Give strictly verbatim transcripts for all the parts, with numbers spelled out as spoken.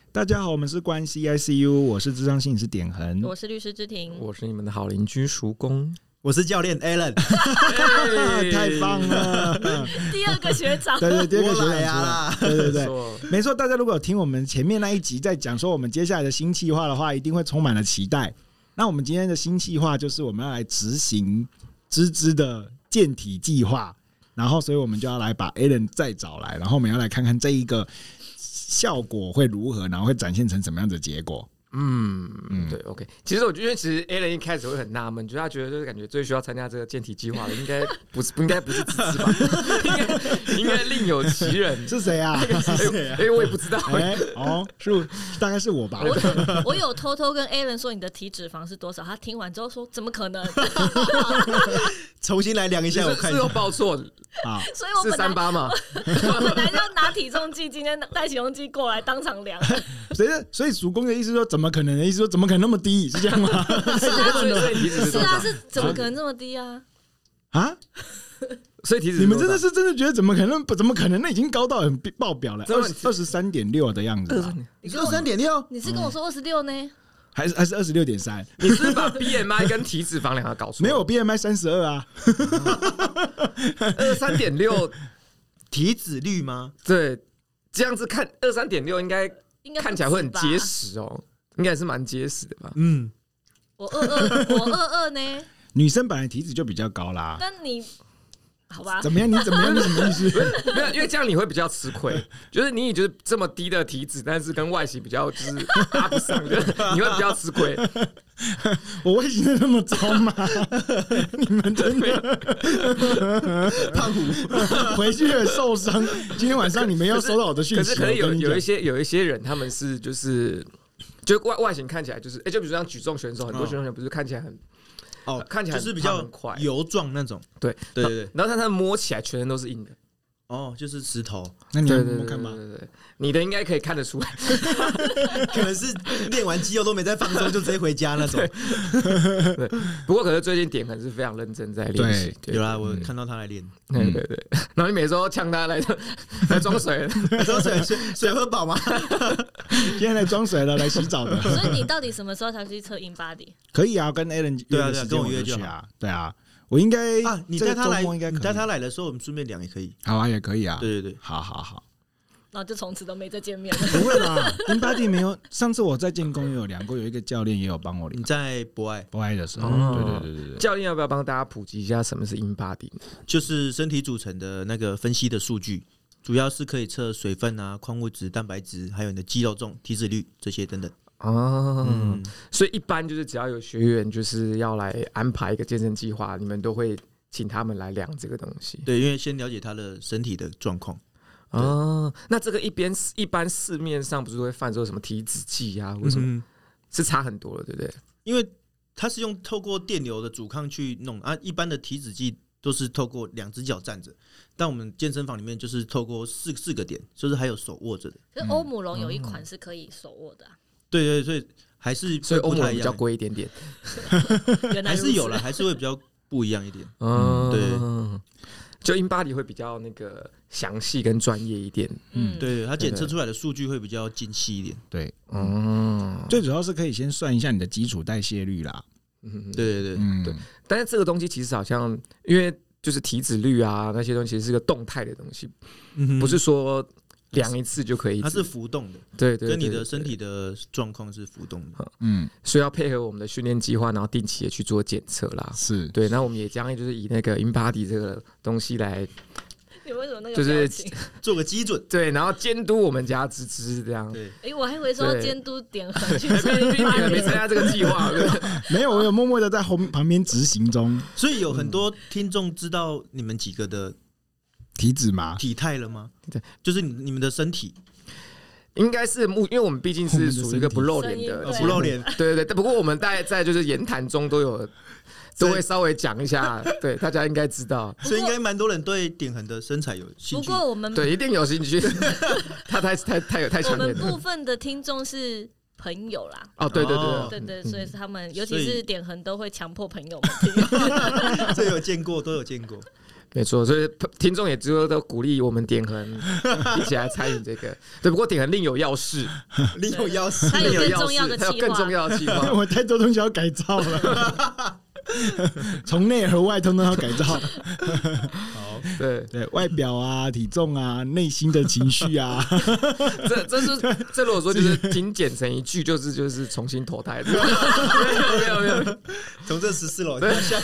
大家好，我们是关系 I C U， 我是諮商心理師點恆， 我是律師之庭， 我是你们的好邻居叔公， 我是教练 Alan， 太棒了！ 第二个学长， 对对，第二个学长啦， 对对对，没错。大家如果有听我们前面那一集在讲说我们接下来的新企划的话，一定会充满了期待。那我们今天的新企划就是我们要来执行芝芝的健体计划，然后所以我们就要来把 Alan 再找来，然后我们要来看看这一个效果会如何，然后会展现成什么样的结果。 嗯嗯，对 ，OK。其实我觉得，其实 Alan 一开始会很纳闷，就他觉得就是感觉最需要参加这个健体计划的，应该不是，不应该不是芝芝吧？应该应该另有其人。 是谁啊？ 哎、欸，我也不知道。哎、 欸，哦，是大概是我吧。 我, 我有偷偷跟 Alan 说你的体脂肪是多少，他听完之后说怎么可能？ 重新来量一下，我看一下。 是有报错啊？ 所以我是三八嘛？ 我本来要拿体重计，今天带体重计过来当场量。 所以，所以叔公的意思说，怎么可能的意思说，怎么可能那么低？是这样吗？ 是啊，是啊，是怎么可能这么低啊？ 啊？ 所以体脂， 你们真的是真的觉得怎么可能？怎么可能？那已经高到很爆表了，二二十三点六的样子。 你说二十三点六？ 你是跟我说二十六呢？ 还是还是二十六点三？ 你是不是把 B M I 跟体脂肪两个搞错？ 没有 B M I 三十二啊， 二十三点六体脂率吗？ 对，这样子看二十三点六应该看起来会很结实哦，应该是蛮结实的吧？ 嗯， 我二二，我二二呢？ 女生本来体脂就比较高啦， 但你。好吧， 怎么样？你怎么样？你什么意思？ 没有，因为这样你会比较吃亏。就是你就是这么低的体脂，但是跟外形比较就是搭不上，就是你会比较吃亏。 我外形那么糟吗？你们真的胖虎回去很受伤。今天晚上你们要收到我的讯息。 可是可是有有一些有一些人，他们是就是就外外形看起来就是，哎、欸，就比如像举重选手，很多选手不是看起来很。 哦， 看起来就是比较油壮那种，对对对， 然后他摸起来全身都是硬的， 哦，就是石头。 那你要摸摸看吧， 对对对，你的应该可以看得出来， 可能是练完肌肉都没在放松，就直接回家那种。 对，不过可是最近点可能是非常认真在练习， 有啦，我看到他来练， 对对对，然后你每次都呛他来来装水， 来装水，水水喝饱吗？ 今天来装水了，来洗澡的。 所以你到底什么时候才去测 InBody？ 可以啊，跟 Alan 对啊，跟我约就好。对啊，我应该啊，你带他来，你带他来的时候，我们顺便量也可以。 好啊，也可以啊。 对对对， 好好好。 然后就从此都没再见面了。 不会啦 ，InBody 没有。上次我在建工也有量过，有一个教练也有帮我量。 你在博爱博爱的时候，对对对对对。 教练要不要帮大家普及一下什么是 InBody？ 就是身体组成的那个分析的数据。主要是可以测水分啊、矿物质、蛋白质，还有你的肌肉重、体脂率这些等等。 哦、嗯，所以一般就是只要有学员就是要来安排一个健身计划，你们都会请他们来量这个东西。 对，因为先了解他的身体的状况。 哦，那这个一边一般市面上不是会贩售什么体脂计啊，或什么、嗯、是差很多了，对不对？ 因为它是用透过电流的阻抗去弄啊，一般的体脂计都是透过两只脚站着，但我们健身房里面就是透过四四个点，就是还有手握着的。 可是欧姆龙有一款是可以手握的、啊嗯、 对对，所以还是所以欧姆龙比较贵一点点， 还是有了，还是会比较不一样一点。 嗯， 对， 就 InBody 会比较那个详细跟专业一点。 嗯，对，它检测出来的数据会比较精细一点。 对， 嗯， 最主要是可以先算一下你的基础代谢率啦。 嗯， 对对对、 嗯、 对，但是这个东西其实好像，因为就是体脂率啊那些东西，其实是个动态的东西，嗯、不是说量一次就可以， 它是浮动的， 对 对, 对, 对， 跟你的身体的状况是浮动的， 嗯， 所以要配合我们的训练计划，然后定期的去做检测啦。 是对，那我们也将就是以那个 InBody 这个东西来。 你为什么那个就是做个基准， 对，然后监督我们家芝芝这样。 对， 哎、欸，我还以为说监督点恒去测 ，InBody，没参加这个计划， 没有，我有默默的在后旁边执行中。 所以有很多听众知道你们几个的体脂吗？ 体态了吗？对，就是你们的身体。 应该是目，因为我们毕竟是属于一个不露脸的， 不露脸， 对对对。不过我们大概在就是言谈中都有。都会稍微讲一下，对大家应该知道， 所以应该蛮多人对点恒的身材有兴趣。 不过我们对一定有兴趣，他太太太有太强烈了。 我们部分的听众是朋友啦， 哦，对对对对对，所以他们尤其是点恒都会强迫朋友们听， 这有见过，都有见过。 没错，所以听众也只有都鼓励我们点恒一起来参与这个。对，不过点恒另有要事， 另有要事， 他有更重要的他有更重要的计划。 我太多东西要改造了，从内而外通通要改造。 好， 对对，外表啊、体重啊、内心的情绪啊， 这这是这如果说就是精简成一句，就是就是重新投胎的。没有没有没有， 从这十四楼下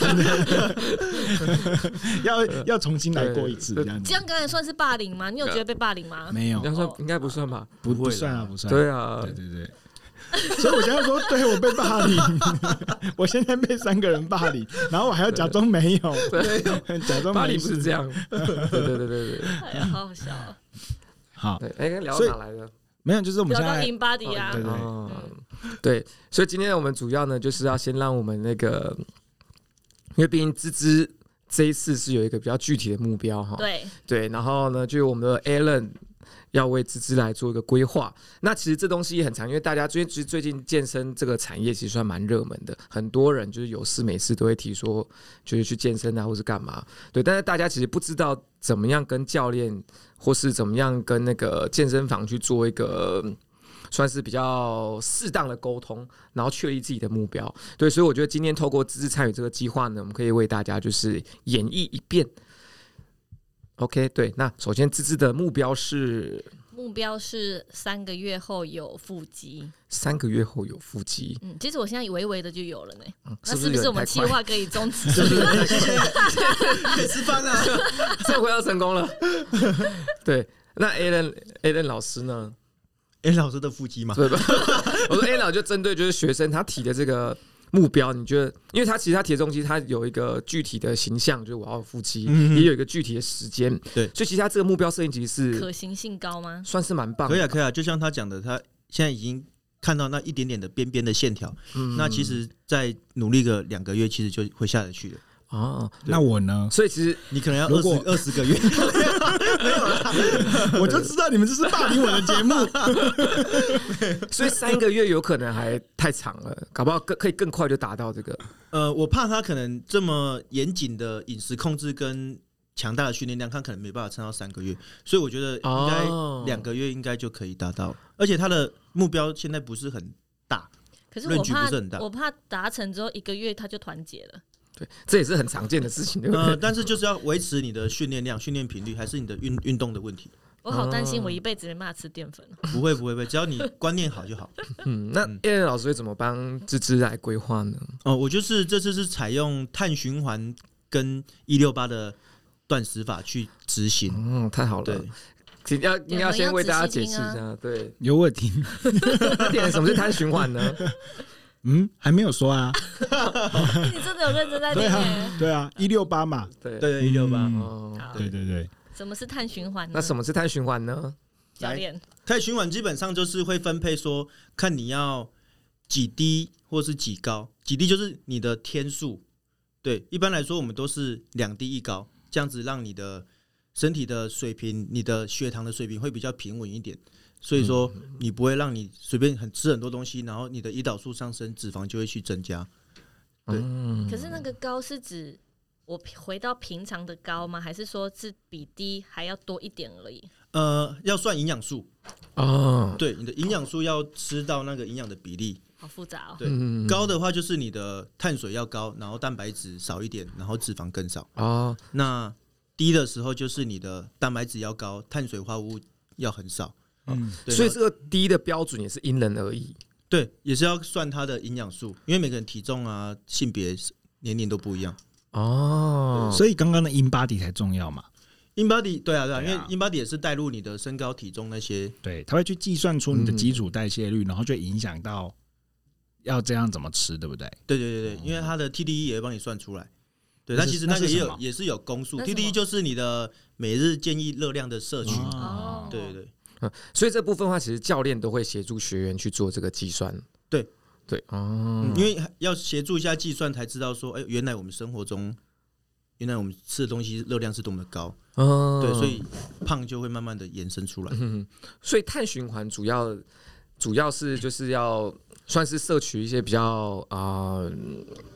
要要重新来过一次，这样子。 这样刚才算是霸凌吗？你有觉得被霸凌吗？ 没有， 这样算应该不算吧？ 不不算啊，不算。 对啊， 对对对。所以我现在说，对我被霸凌，我现在被三个人霸凌，然后我还要假装没有，假装霸凌不是这样。对对对对对， 哎呀，好好笑哦。 好， 对，哎，聊到哪来的？ 没有，就是我们现在 in body 啊， 对对哦对，所以今天我们主要呢，就是要先让我们那个，因为毕竟芝芝这一次是有一个比较具体的目标哈， 对对，然后呢，就我们的 Alan。要为芝芝来做一个规划，那其实这东西也很长，因为大家最近最近健身这个产业其实算蛮热门的，很多人就是有事没事都会提说，就是去健身啊，或是干嘛，对。但是大家其实不知道怎么样跟教练，或是怎么样跟那个健身房去做一个算是比较适当的沟通，然后确立自己的目标。对，所以我觉得今天透过芝芝参与这个计划呢，我们可以为大家就是演绎一遍。OK， 对，那首先芝芝的目标是目标是三个月后有腹肌， 三个月后有腹肌。 嗯，其实我现在微微的就有了呢。 嗯、 那是不是我们计划可以终止？ 可以吃饭了， 这回要成功了。对，那 Alan Alan 老师呢 ？A 老师的腹肌嘛， 对吧？我说 A 老就针对就是学生他提的这个。目标，你觉得？因为他其实他提的东西，他有一个具体的形象，就是我要腹肌，嗯、也有一个具体的时间。 对， 所以其实他这个目标设定其实是可行性高吗？ 算是蛮棒的。 可以啊，可以啊，就像他讲的，他现在已经看到那一点点的边边的线条，嗯、那其实再努力个两个月，其实就会下得去的。 哦， 那我呢？ 所以其实你可能要二十二十个月， 没有啦，我就知道你们这是霸凌我的节目，所以三个月有可能还太长了，搞不好更可以更快就达到这个。 呃，我怕他可能这么严谨的饮食控制跟强大的训练量，他可能没办法撑到三个月，所以我觉得应该两个月应该就可以达到，而且他的目标现在不是很大， 可是我怕我怕达成之后一个月他就团结了。 对，这也是很常见的事情，对不对？ 呃，但是就是要维持你的训练量、训练频率，还是你的运运动的问题。 我好担心，我一辈子没办法吃淀粉。 不会，不会，不会，只要你观念好就好。 嗯，那 Alan 老师会怎么帮芝芝来规划呢？ 哦，我就是这次是采用碳循环跟一六八的断食法去执行。 嗯，太好了。对，要应该要先为大家解释一下。对， 有我听。 那点什么是碳循环呢？ 嗯，还没有说啊。 你真的有认真在听？ 对啊，对啊，一六八嘛， 对对一六八。 哦， 对对对。 什么是碳循环呢？ 那什么是碳循环呢？ 教练， 碳循环基本上就是会分配说，看你要几低或是几高，几低就是你的天数。对，一般来说我们都是两低一高，这样子让你的身体的水平、你的血糖的水平会比较平稳一点。所以说，你不会让你随便很吃很多东西，然后你的胰岛素上升，脂肪就会去增加。对， 嗯、可是那个高是指我回到平常的高吗？还是说是比低还要多一点而已？ 呃，要算营养素哦。 对，你的营养素要吃到那个营养的比例。 好复杂哦。 对，嗯、高的话就是你的碳水要高，然后蛋白质少一点，然后脂肪更少。 哦， 那低的时候就是你的蛋白质要高，碳水化合物要很少。 嗯，所以这个低的标准也是因人而异。 对，也是要算它的营养素，因为每个人体重啊、性别、年龄都不一样。 哦， 所以刚刚的 InBody 才重要嘛。 InBody 对啊对啊， 对啊因为 InBody 也是带入你的身高体重那些， 对，它会去计算出你的基础代谢率，嗯、然后就影响到要这样怎么吃，对不对？ 对对对对，因为它的 T D E 也会帮你算出来。对，它其实那个也有也是有公数 ，T D E 就是你的每日建议热量的摄取。 哦， 对对对。 嗯、所以这部分的话，其实教练都会协助学员去做这个计算。 对对哦、 嗯，因为要协助一下计算，才知道说，哎、欸，原来我们生活中，原来我们吃的东西热量是多么的高。哦，对，所以胖就会慢慢的延伸出来。 嗯，所以碳循环主要主要是就是要算是摄取一些比较啊、呃、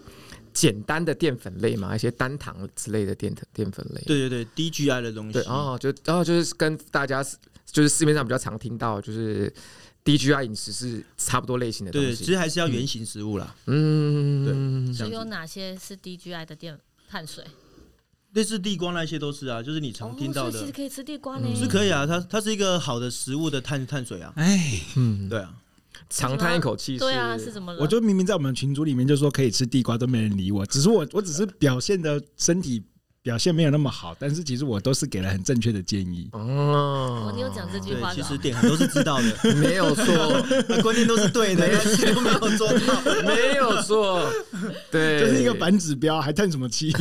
简单的淀粉类嘛，一些单糖之类的淀淀粉类。 对对对，低 G I 的东西。 对哦，就然后就是跟大家就是市面上比较常听到，就是低 G I 饮食是差不多类型的东西。 对，其实还是要原型食物啦。 嗯， 对。 所以有哪些是低 G I 的淀碳水？ 类似地瓜那些都是啊，就是你常听到的。 哦、所以其实可以吃地瓜呢、嗯， 是可以啊，它它是一个好的食物的碳碳水啊。 哎， 嗯， 对啊。 长叹一口气， 对啊，是怎么了？ 我就明明在我们群组里面就说可以吃地瓜，都没人理我。只是我，我只是表现的身体表现没有那么好，但是其实我都是给了很正确的建议。 哦，哦你有讲这句话， 其实点都是知道的， 没有错， 观念都是对的，但是都没有做到， 没有错，对， 就是一个反指标，还叹什么气？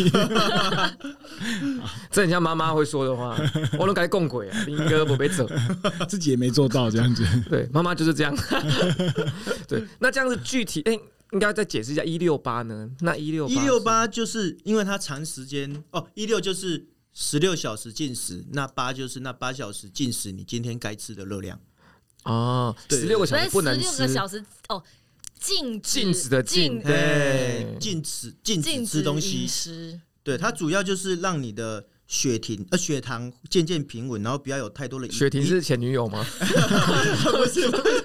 这很像妈妈会说的话，我都该共鬼啊，林哥不被走， 自己也没做到这样子。 对，妈妈就是这样。对，那这样子具体，哎、欸，应该再解释一下一六八呢？那一六一六八就是因为它长时间哦，一六就是十六小时进食，那八就是那八小时进食你今天该吃的热量。 哦，十六个小时不能吃， 十六个小时哦，禁禁止的禁，对， 禁止禁止吃东西。对，它主要就是让你的血停呃血糖渐渐平稳，然后不要有太多的血停是前女友吗？ 不是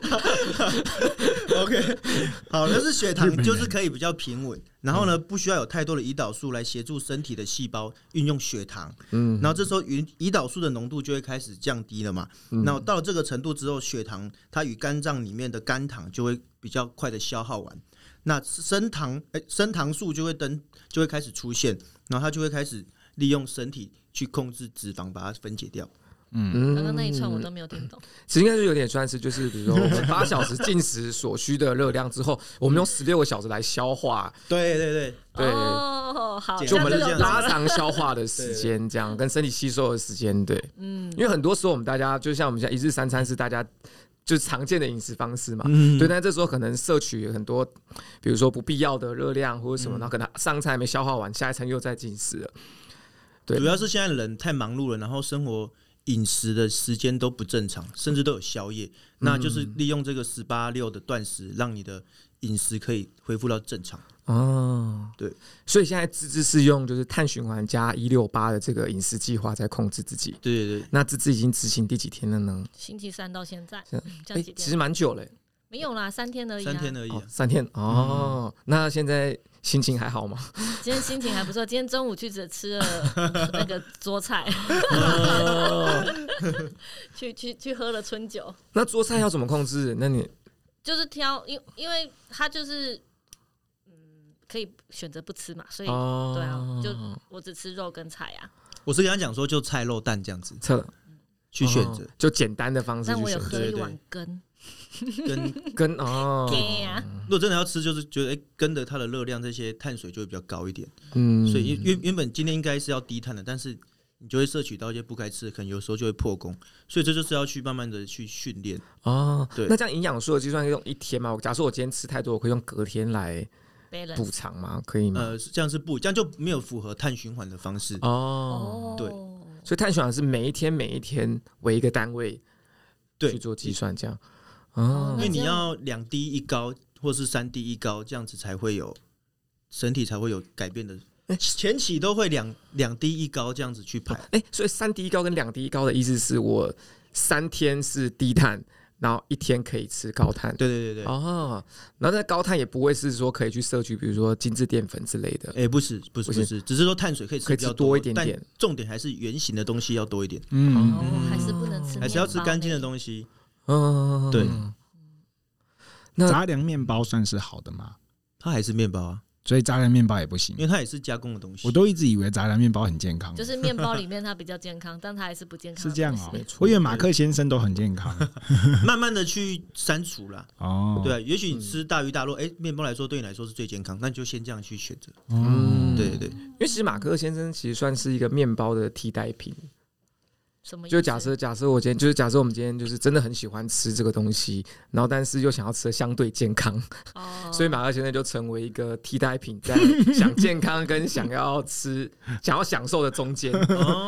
，OK， 好，但是血糖就是可以比较平稳，然后呢不需要有太多的胰岛素来协助身体的细胞运用血糖，嗯，然后这时候胰胰岛素的浓度就会开始降低了嘛，嗯，然后到了这个程度之后，血糖它与肝脏里面的肝糖就会比较快的消耗完。那升糖，哎、欸，升糖素就会登，就会开始出现，然后它就会开始利用身体去控制脂肪，把它分解掉。 嗯，刚刚那一串我都没有听懂。 其实应该是有点算是，就是比如说我们八小时进食所需的热量之后，我们用十六个小时来消化。 对对对对， 哦，好， 就我们拉长消化的时间，这样跟身体吸收的时间，对，嗯，因为很多时候我们大家就像我们现在一日三餐是大家。就是常见的饮食方式嘛，嗯、对，但这时候可能摄取很多，比如说不必要的热量或者什么，嗯、然后可能上餐还没消化完，下一餐又在进食了。对， 主要是现在人太忙碌了，然后生活饮食的时间都不正常，甚至都有宵夜，那就是利用这个十八六的断食，让你的饮食可以恢复到正常。 哦， 对， 所以现在芝芝是用就是碳循环加一六八的这个饮食计划在控制自己。 对对对， 那芝芝已经执行第几天了呢？ 星期三到现在， 哎、欸，其实蛮久了、欸。 没有啦，三天而已、啊。 三天而已、啊哦，三天哦、嗯。那现在心情还好吗？ 今天心情还不错。今天中午去只吃了那个桌菜， 哦、 去去去喝了春酒。 那桌菜要怎么控制？那你就是挑，因因为它就是嗯可以选择不吃嘛，所以、 哦、 对啊，就我只吃肉跟菜啊。 我是跟他讲说，就菜肉蛋这样子，去选择、哦， 就简单的方式去选择。 但我有喝一碗羹。 跟跟哦， 如果真的要吃，就是觉得哎，跟着它的热量这些碳水就会比较高一点。 嗯， 所以原原本今天应该是要低碳的，但是你就会摄取到一些不该吃的，可能有时候就会破功。所以这就是要去慢慢的去训练。 哦， 对。 那这样营养素的计算用一天吗？假设我今天吃太多，我可以用隔天来补偿吗？可以吗？ 呃，这样是不，这样就没有符合碳循环的方式。 哦， 对。 所以碳循环是每一天每一天为一个单位去做计算，这样。 哦，因为你要两低一高，或是三低一高，这样子才会有身体才会有改变的。前期都会两两低一高这样子去排。 哎、欸，所以三低一高跟两低一高的意思是我三天是低碳，然后一天可以吃高碳。 对对对对。 哦，然后那高碳也不会是说可以去摄取，比如说精致淀粉之类的。 哎、欸，不是不是不是，只是说碳水可以吃比较多一点点， 但重点还是原型的东西要多一点。 嗯，哦、还是不能吃， 还是要吃干净的东西。 嗯， 对。 那杂粮面包算是好的吗？ 它还是面包啊， 所以杂粮面包也不行， 因为它也是加工的东西。 我都一直以为杂粮面包很健康， 就是面包里面它比较健康，但它还是不健康。 是这样哦、喔，我以为马克先生都很健康， 慢慢的去删除啦。 哦， 对啊，也许你吃大鱼大肉，哎、欸，面包来说对你来说是最健康，那你就先这样去选择。 嗯， 对对对， 因为其实马克先生其实算是一个面包的替代品。 什么意思？ 就假设假设我今天就是假设我们今天就是真的很喜欢吃这个东西，然后但是又想要吃的相对健康，哦、所以马克先生就成为一个替代品，在想健康跟想要吃、想要享受的中间。哦，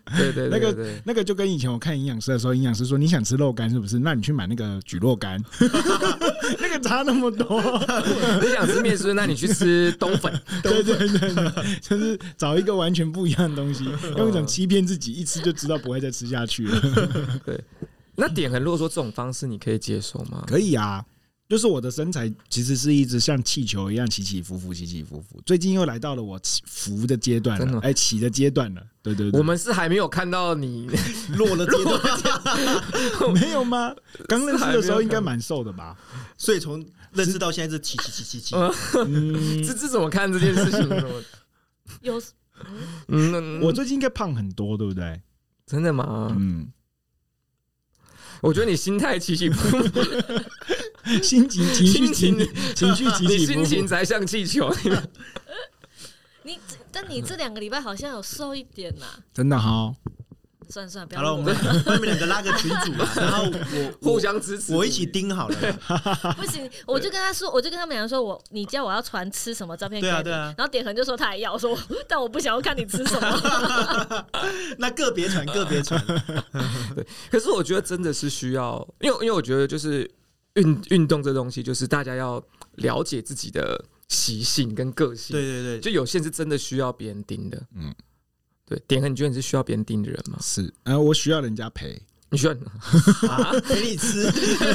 对对对那个对， 那个就跟以前我看营养师的时候，营养师说你想吃肉干是不是？那你去买那个蒟蒻干，那个差那么多。 你想吃面是不是？那你去吃冬粉。 对对对对，就是找一个完全不一样的东西，用一种欺骗自己，一吃就知道不会再吃下去了。 对，那点恒如果说这种方式你可以接受吗？ 可以啊。就是我的身材其实是一直像气球一样起起伏伏，起起伏伏。最近又来到了我浮的阶段了，哎，起的阶段了。对对对， 我们是还没有看到你落了阶段， 没有吗？刚认识的时候应该蛮瘦的吧？ 所以从认识到现在是起起起起起。 嗯，芝芝怎么看这件事情？ 有， 嗯， 我最近应该胖很多，对不对？ 真的吗？ 嗯， 我觉得你心态起起伏伏。 心情、情绪、情情绪起起伏伏， 你心情才像气球。 你，但你这两个礼拜好像有瘦一点呐、啊， 真的哈。 算了算了，不要好了，我们我们两个拉个群组嘛，然后我互相支持， 我一起盯好了。 不行，我就跟他说，我就跟他们讲说，我你叫我要传吃什么照片给你， 对啊对啊， 然后点恒就说他也要，我说但我不想要看你吃什么。 那个别传，个别传。 对，可是我觉得真的是需要，因为因为我觉得就是运运动这东西，就是大家要了解自己的习性跟个性。 对对对， 就有些是真的需要别人盯的。 嗯。 对，点恒，你觉得你是需要别人盯的人吗？ 是，呃，我需要人家陪， 你需要啊，陪你吃，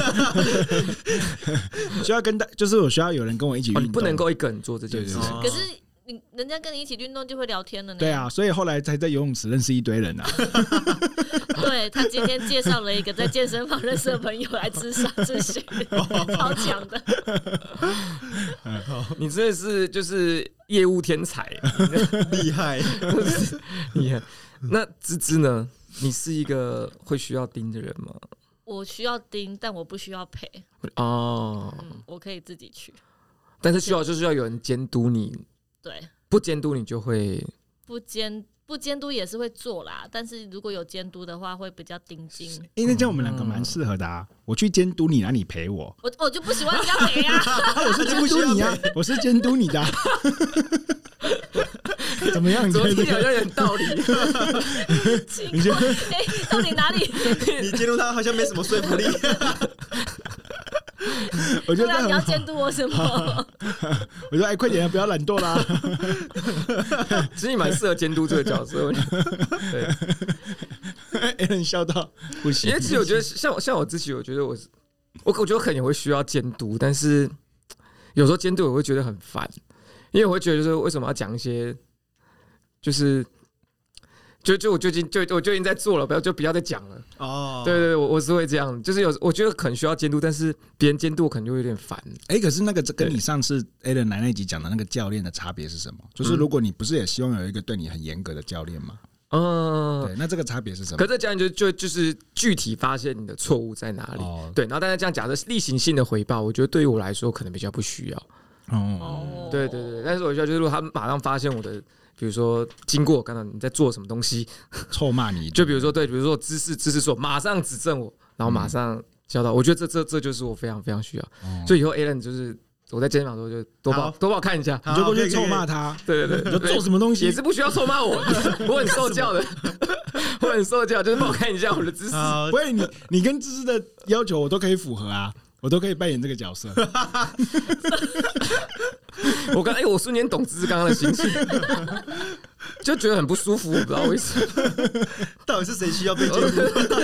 需要跟大，就是我需要有人跟我一起运动， 哦、你不能够一个人做这件事。 可是你人家跟你一起运动就会聊天了呢。 对啊，所以后来才在游泳池认识一堆人啊。 对，他今天介绍了一个在健身房认识的朋友来咨询咨询，超强的。 你真的是就是业务天才， 厉害， 厉害。那芝芝呢？你是一个会需要盯的人吗？ 我需要盯，但我不需要陪。 哦， 嗯，我可以自己去， 但是需要就是要有人监督你。 对， 不监督你就会不监不监督也是会做啦，但是如果有监督的话，会比较盯紧。 因为这样我们两个蛮适合的啊！我去监督你，然后你陪我。 我我就不喜欢人家陪啊！ 我是监督你啊，我是监督你的、啊。怎么样？ 怎么听起来好像有点道理？ 你觉得？哎，到底哪里？ 你监督他好像没什么说服力。 我觉得你要监督我什么？ 我说哎，快点，不要懒惰啦！ 其实你蛮适合监督这个角色。对 ，Alan 笑到不行。 因为其实我觉得，像像我自己，我觉得我我我觉得可能也会需要监督，但是有时候监督我会觉得很烦，因为我会觉得就是为什么要讲一些，就是就就我最近就我就已经在做了，不要就不要再讲了。哦，对对对，我我是会这样，就是有我觉得可能需要监督，但是别人监督我可能就会有点烦。 哎、欸，可是那个跟你上次 Alan 来那集讲的那个教练的差别是什么？就是如果你不是也希望有一个对你很严格的教练吗？嗯，对，那这个差别是什么？ 可是这教练就就就是具体发现你的错误在哪里，哦、对，然后大家这样讲的例行性的回报，我觉得对于我来说可能比较不需要。哦，对对对，但是我需要就是如果他马上发现我的。比如说，经过刚刚你在做什么东西， 臭骂你， 就比如说对，比如说姿势姿势错，马上指正我，然后马上教导。我觉得这这这就是我非常非常需要。哦、所以以后 Alan 就是我在健身房的时候就多帮多帮我看一下， 你就过去臭骂他。 对对对， 你就做什么东西也是不需要臭骂我，我很受教的，我很受教，就是帮我看一下我的姿势。 不会，你你跟姿势的要求我都可以符合啊。我都可以扮演这个角色。 我刚哎、欸，我瞬间懂芝芝刚刚的心情，就觉得很不舒服，我不知道为什么。 到底是谁需要被监督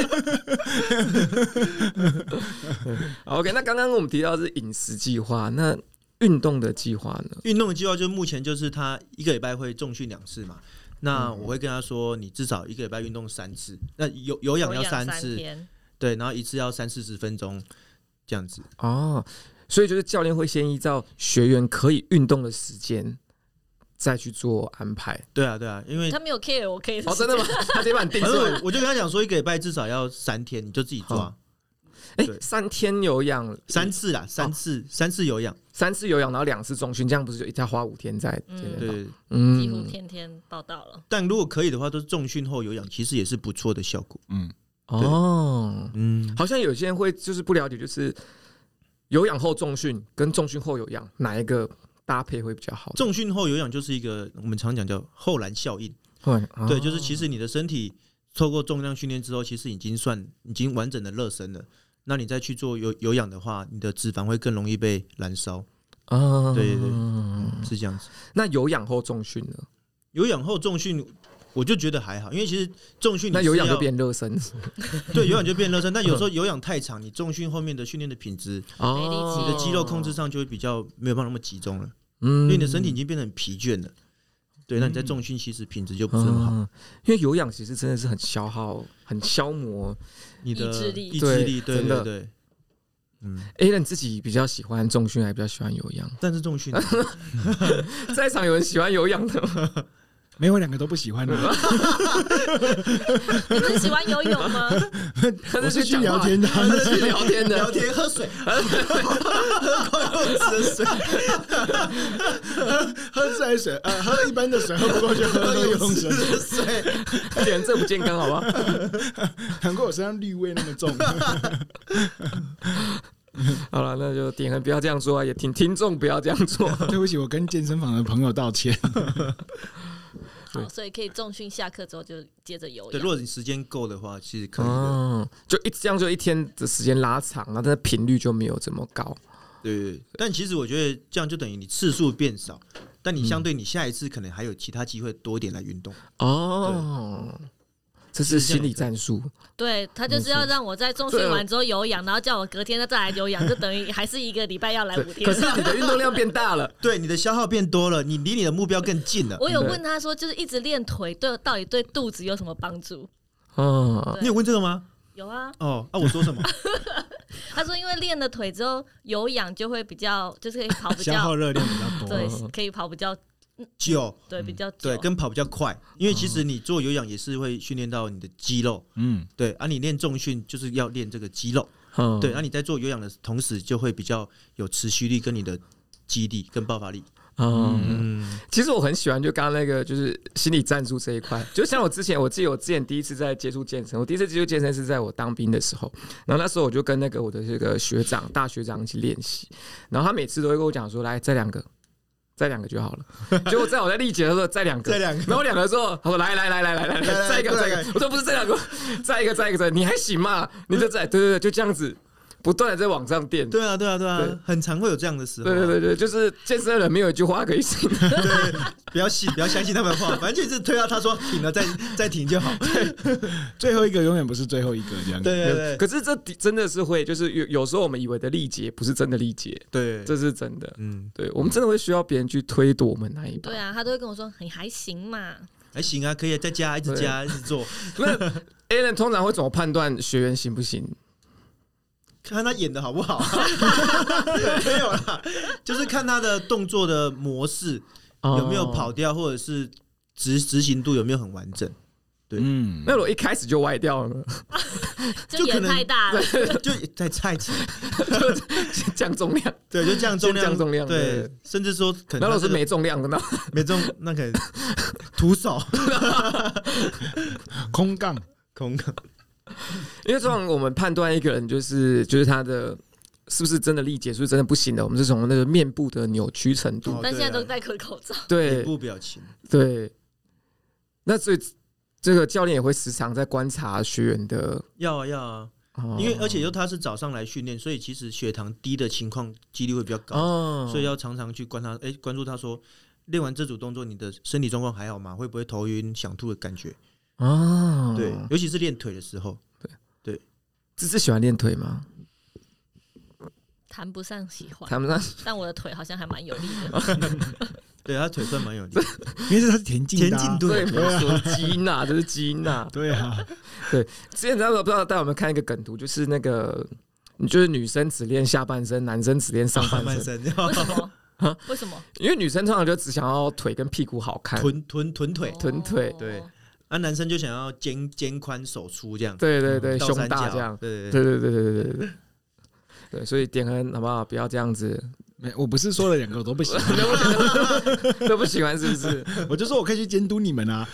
？OK， 那刚刚我们提到的是饮食计划，那运动的计划呢？ 运动的计划就目前就是他一个礼拜会重训两次嘛。那我会跟他说，你至少一个礼拜运动三次，那有有氧要三次，对，然后一次要三四十分钟。这样子哦，所以就是教练会先依照学员可以运动的时间再去做安排。 对啊，对啊，因为他没有 care 我可以哦，真的吗？他直接把你定出来。 我就跟他讲说，一个礼拜至少要三天，你就自己抓。 哎、欸，三天有氧三次啦，三次、哦、三次有氧， 三次有氧，然后两次重训，这样不是就一定要花五天在健身房？ 对，嗯，几乎天天报到了。 但如果可以的话，都是重训后有氧，其实也是不错的效果。嗯。 哦，嗯，好像有些人会就是不了解，就是有氧后重训跟重训后有氧哪一个搭配会比较好？ 重训后有氧就是一个我们常讲叫后燃效应， 哦、 对，就是其实你的身体透过重量训练之后，其实已经算已经完整的热身了。那你再去做有有氧的话，你的脂肪会更容易被燃烧。 啊， 对对对、嗯，是这样子。 那有氧后重训呢？ 有氧后重训，我就觉得还好，因为其实重训那有氧就变热身， 对，有氧就变热身。但有时候有氧太长，你重训后面的训练的品质， 哦， 你的肌肉控制上就会比较没有办法那么集中了，嗯，因为你的身体已经变得很疲倦了。对，那你在重训其实品质就不是很好， 嗯、因为有氧其实真的是很消耗、很消磨你的意志力， 意志力，对对对。嗯 ，Alan 自己比较喜欢重训，还比较喜欢有氧？ 但是重训， 在场有人喜欢有氧的吗？ 没有，两个都不喜欢的、啊。 你们喜欢游泳吗？ 我是去聊天的， 他是去聊天的， 聊天喝水，喝够用吃的水， 喝自来水，呃，喝一般的水，喝不够就喝喝游泳水。 水， 点这不健康，好不好？ 难怪我身上氯味那么重。 好了，那就点恒不要这样做啊，也听听众不要这样做。 对不起，我跟健身房的朋友道歉。 好，所以可以重训，下课之后就接着游泳。 对，如果你时间够的话，其实可以的。 哦，就一这样就一天的时间拉长，然后但是频率就没有这么高。 对对对，但其实我觉得这样就等于你次数变少，但你相对你下一次可能还有其他机会多一点来运动。 哦，这是心理战术。 对，他就是要让我在重训完之后有氧，然后叫我隔天再来有氧，就等于还是一个礼拜要来五天。 可是你的运动量变大了， 对，你的消耗变多了，你离你的目标更近了。 我有问他说，就是一直练腿对到底对肚子有什么帮助？ 哦， 你有问这个吗？ 有啊。 哦，啊，我说什么？ 他说，因为练了腿之后有氧就会比较，就是可以跑比较消耗热量比较多， 对，可以跑比较久， 对，比较久， 对，跟跑比较快。因为其实你做有氧也是会训练到你的肌肉，嗯，对。啊，你练重训就是要练这个肌肉，嗯，对。啊，你在做有氧的同时，就会比较有持续力跟你的肌力跟爆发力。 嗯，其实我很喜欢就刚刚那个就是心理战术这一块，就像我之前我记得我之前第一次在接触健身，我第一次接触健身是在我当兵的时候，然后那时候我就跟那个我的这个学长大学长一起练习，然后他每次都会跟我讲说，来再两个。再两个就好了。结果在我在力竭的时候，再两个， 再两个， 然后两个之后，他说来来来来来来，再一个再一个，我说不是这两个，再一个再一个再，你还行吗？你就再对对对，就这样子。不断的在往上垫， 对啊，对啊，对啊，很常会有这样的时候、啊。 对对对对，就是健身的人没有一句话可以信。 对，不要信，不要相信他们的话，反正就是推到他说停了再再停就好。 最后一个永远不是最后一个这样。 对对对。 可是这真的是会，就是有有时候我们以为的力竭不是真的力竭， 对， 这是真的。 嗯， 对，我们真的会需要别人去推躲我们那一把。 对啊，他都会跟我说你还行嘛， 还行啊，可以再加，一直加，一直做。 那 Alan 通常会怎么判断学员行不行？ 看他演的好不好、啊，没有啦，就是看他的动作的模式有没有跑掉，或者是执执行度有没有很完整。对，嗯， 那如果一开始就歪掉了呢？ 就演太大了， 就在菜前就降重量， 对，就降重量， 降重量， 对，甚至说可能、 那如果是没重量的呢？ 没重，那可能徒手空杠， 空杠。 因为通常我们判断一个人就是就是他的是不是真的力竭，是不是真的不行的，我们是从那个面部的扭曲程度。 但现在都戴口罩， 对， 脸部表情， 对。那所以这个教练也会时常在观察学员的， 要啊要啊，哦、因为而且又他是早上来训练，所以其实血糖低的情况几率会比较高，哦、所以要常常去观察，哎，关注他说练完这组动作，你的身体状况还好吗？会不会头晕、想吐的感觉？哦，对，尤其是练腿的时候，对对， 芝芝喜欢练腿吗？ 谈不上喜欢， 谈不上， 但我的腿好像还蛮有力的。 对，他腿算蛮有力， 因为是他是田径、啊， 田径队， 没有说基因啊，这是基因啊， 对啊， 对。之前大家不知道带我们看一个梗图，就是那个，就是女生只练下半身，男生只练上半身， 为什么？啊、为什么？ 因为女生通常就只想要腿跟屁股好看， 臀臀臀腿， 臀腿， 对。啊，男生就想要肩肩宽手粗这样， 对对对，胸大这样， 对对对对对对对对对，所以点恒好不好？不要这样子。 没，我不是说了两个我都不喜欢， 都不喜欢是不是？ 我就说我可以去监督你们啊。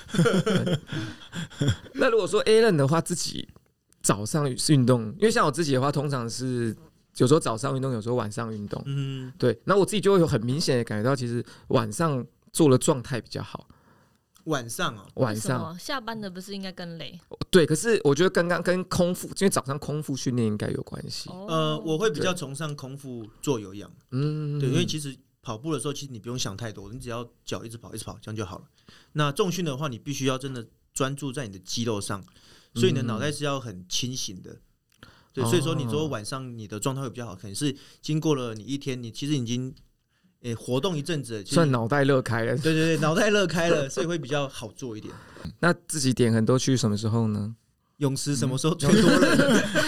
那如果说 Alan 的话，自己早上运动，因为像我自己的话，通常是有时候早上运动，有时候晚上运动。嗯，对。那我自己就会有很明显的感觉到，其实晚上做的状态比较好。 晚上哦， 晚为什么上下班的不是应该更累？ 对，可是我觉得刚刚跟空腹，因为早上空腹训练应该有关系。 哦呃，我会比较崇尚空腹做有氧， 嗯， 对，因为其实跑步的时候，其实你不用想太多，你只要脚一直跑，一直跑，这样就好了。那重训的话，你必须要真的专注在你的肌肉上，所以你的脑袋是要很清醒的。对，所以说你说晚上你的状态会比较好，可能是经过了你一天，你其实已经诶、欸、活动一阵子了， 算脑袋热开了。 对对对，脑袋热开了，所以会比较好做一点。 那自己点很多去什么时候呢？ 泳池什么时候最多人？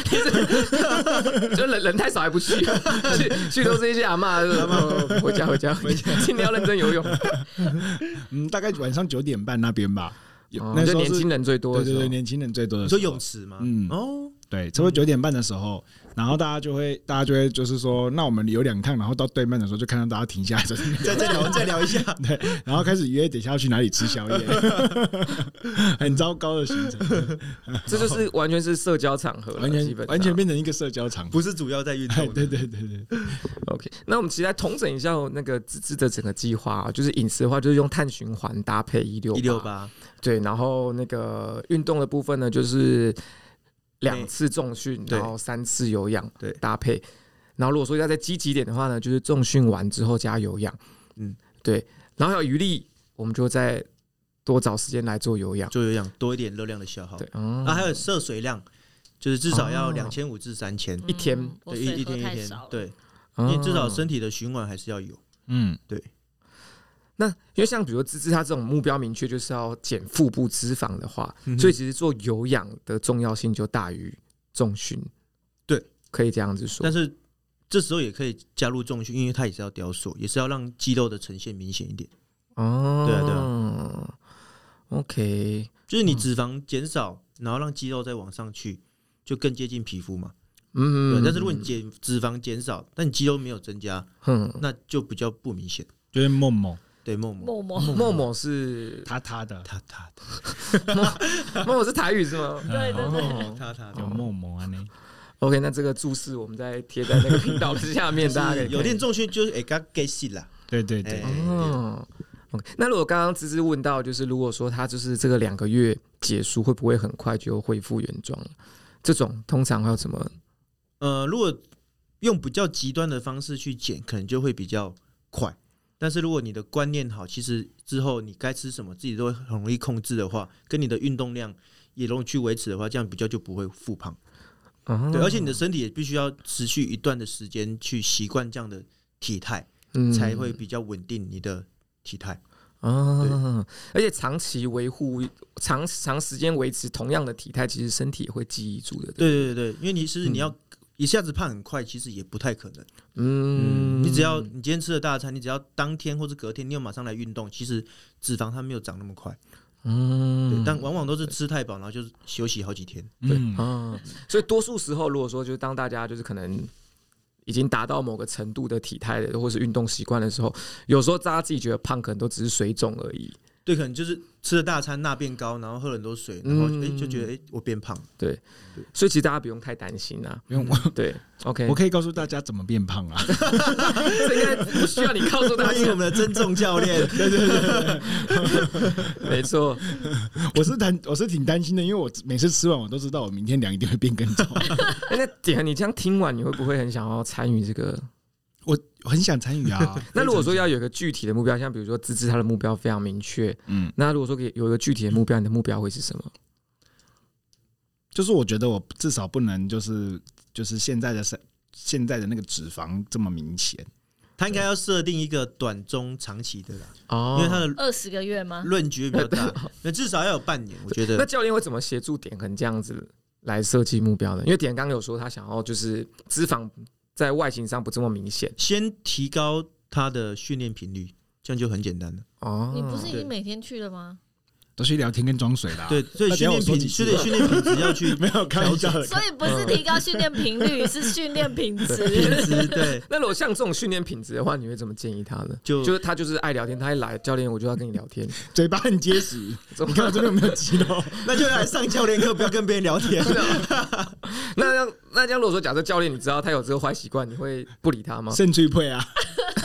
就人人太少还不去，去去都是一些阿嬷，哦回家回家回家，今天要认真游泳。 嗯，大概晚上九点半那边吧。 哦那时候就年轻人最多的时候， 对对对，年轻人最多的你时候。 说泳池吗？ 嗯哦， 对，差不多九点半的时候，然后大家就会，大家就会就是说，那我们有两趟，然后到对面的时候就看到大家停下来， 再再聊再聊一下， 对，然后开始约等一下要去哪里吃宵夜，很糟糕的行程， 这就是完全是社交场合了， 完全基本上完全变成一个社交场合， 不是主要在运哎动。 对对对对， OK。那我们其实来统整一下那个芝芝的整个计划啊，就是饮食的话，就是用碳循环搭配一六一六八， 对，然后那个运动的部分呢，就是两次重训， 对然后三次有氧， 对搭配。然后如果说要再积极一点的话呢，就是重训完之后加有氧， 嗯， 对。然后还有余力，我们就再多找时间来做有氧， 做有氧多一点热量的消耗。 对，嗯， 啊，还有摄水量，就是至少要哦两千五至三千一天嗯我对， 水喝一一天一天太少了， 对， 哦因为至少身体的循环还是要有。 嗯， 那因为像比如说芝芝她这种目标明确就是要减腹部脂肪的话， 嗯哼所以其实做有氧的重要性就大于重训， 对， 可以这样子说。 但是这时候也可以加入重训，因为它也是要雕塑，也是要让肌肉的呈现明显一点。 哦， 对啊对啊，OK， 就是你脂肪减少，然后让肌肉再往上去，就更接近皮肤嘛。 嗯对，但是如果你减脂肪减少，但你肌肉没有增加， 嗯， 那就比较不明显。 就是梦梦对，默默默默默默是他他的他他的默默是台语是吗？ 对对对， 哦他他的有梦梦啊那， ，OK，那这个注释我们再贴在那个频道的下面，大家可以看有练重训就是哎，刚给戏啦。 对对对， 哎哦。OK， 那如果刚刚芝芝问到，就是如果说他就是这个两个月结束，会不会很快就恢复原状了？这种通常会有什么？ 呃，如果用比较极端的方式去减，可能就会比较快。但是如果你的观念好，其实之后你该吃什么自己都会很容易控制的话，跟你的运动量也容易去维持的话，这样比较就不会复胖。 哦对，而且你的身体也必须要持续一段的时间去习惯这样的体态， 嗯才会比较稳定你的体态。 啊，而且长期维护、长长时间维持同样的体态，其实身体也会记忆住的。 对对对对，因为你其实你要一下子胖很快，其实也不太可能。 嗯， 你只要你今天吃了大餐，你只要当天或者隔天你有马上来运动，其实脂肪它没有长那么快。 嗯， 对，但往往都是吃太饱，然后就是休息好几天。 嗯， 啊，所以多数时候，如果说就是当大家就是可能已经达到某个程度的体态的，或是运动习惯的时候，有时候大家自己觉得胖，可能都只是水肿而已。 对，可能就是吃了大餐，钠变高，然后喝了很多水，然后哎、 嗯诶就觉得哎、诶我变胖。 对，所以其实大家不用太担心啊。 不用我对，OK， 我可以告诉大家怎么变胖啊， 这应该不需要你告诉大欢迎我家。 们的增重教练。对对对， 没错， 我是担我是挺担心的，因为我每次吃完我都知道我明天量一定会变更重， 哎那点你这样听完，你会不会很想要参与这个？ 我我很想参与啊。 那如果说要有一个具体的目标，像比如说芝芝她的目标非常明确， 嗯， 那如果说给有一个具体的目标，你的目标会是什么？ 就是我觉得我至少不能就是就是现在的现在的那个脂肪这么明显。 他应该要设定一个短中长期的啦， 哦因为他的二十个月吗？ 论据比较大，那至少要有半年。我觉得那教练会怎么协助点恒这样子来设计目标呢？因为点恒刚刚有说他想要就是脂肪在外形上不这么明显先提高他的训练频率，这样就很简单了。 哦。 你不是已经每天去了吗？ 都是聊天跟装水啦。 对，所以那等一下训练品我说几次训练训练品质要去没有开玩笑的。 所以不是提高训练频率，是训练品质。 品质。对， 那如果像这种训练品质的话，你会怎么建议他呢？ 就就是他就是爱聊天，他一来教练我就要跟你聊天。 嘴巴很结实，你看我这边有没有肌肉？ 那就来上教练课，不要跟别人聊天。 那这样那这样，如果说假设教练你知道他有这个坏习惯，你会不理他吗？ 肾脆配啊，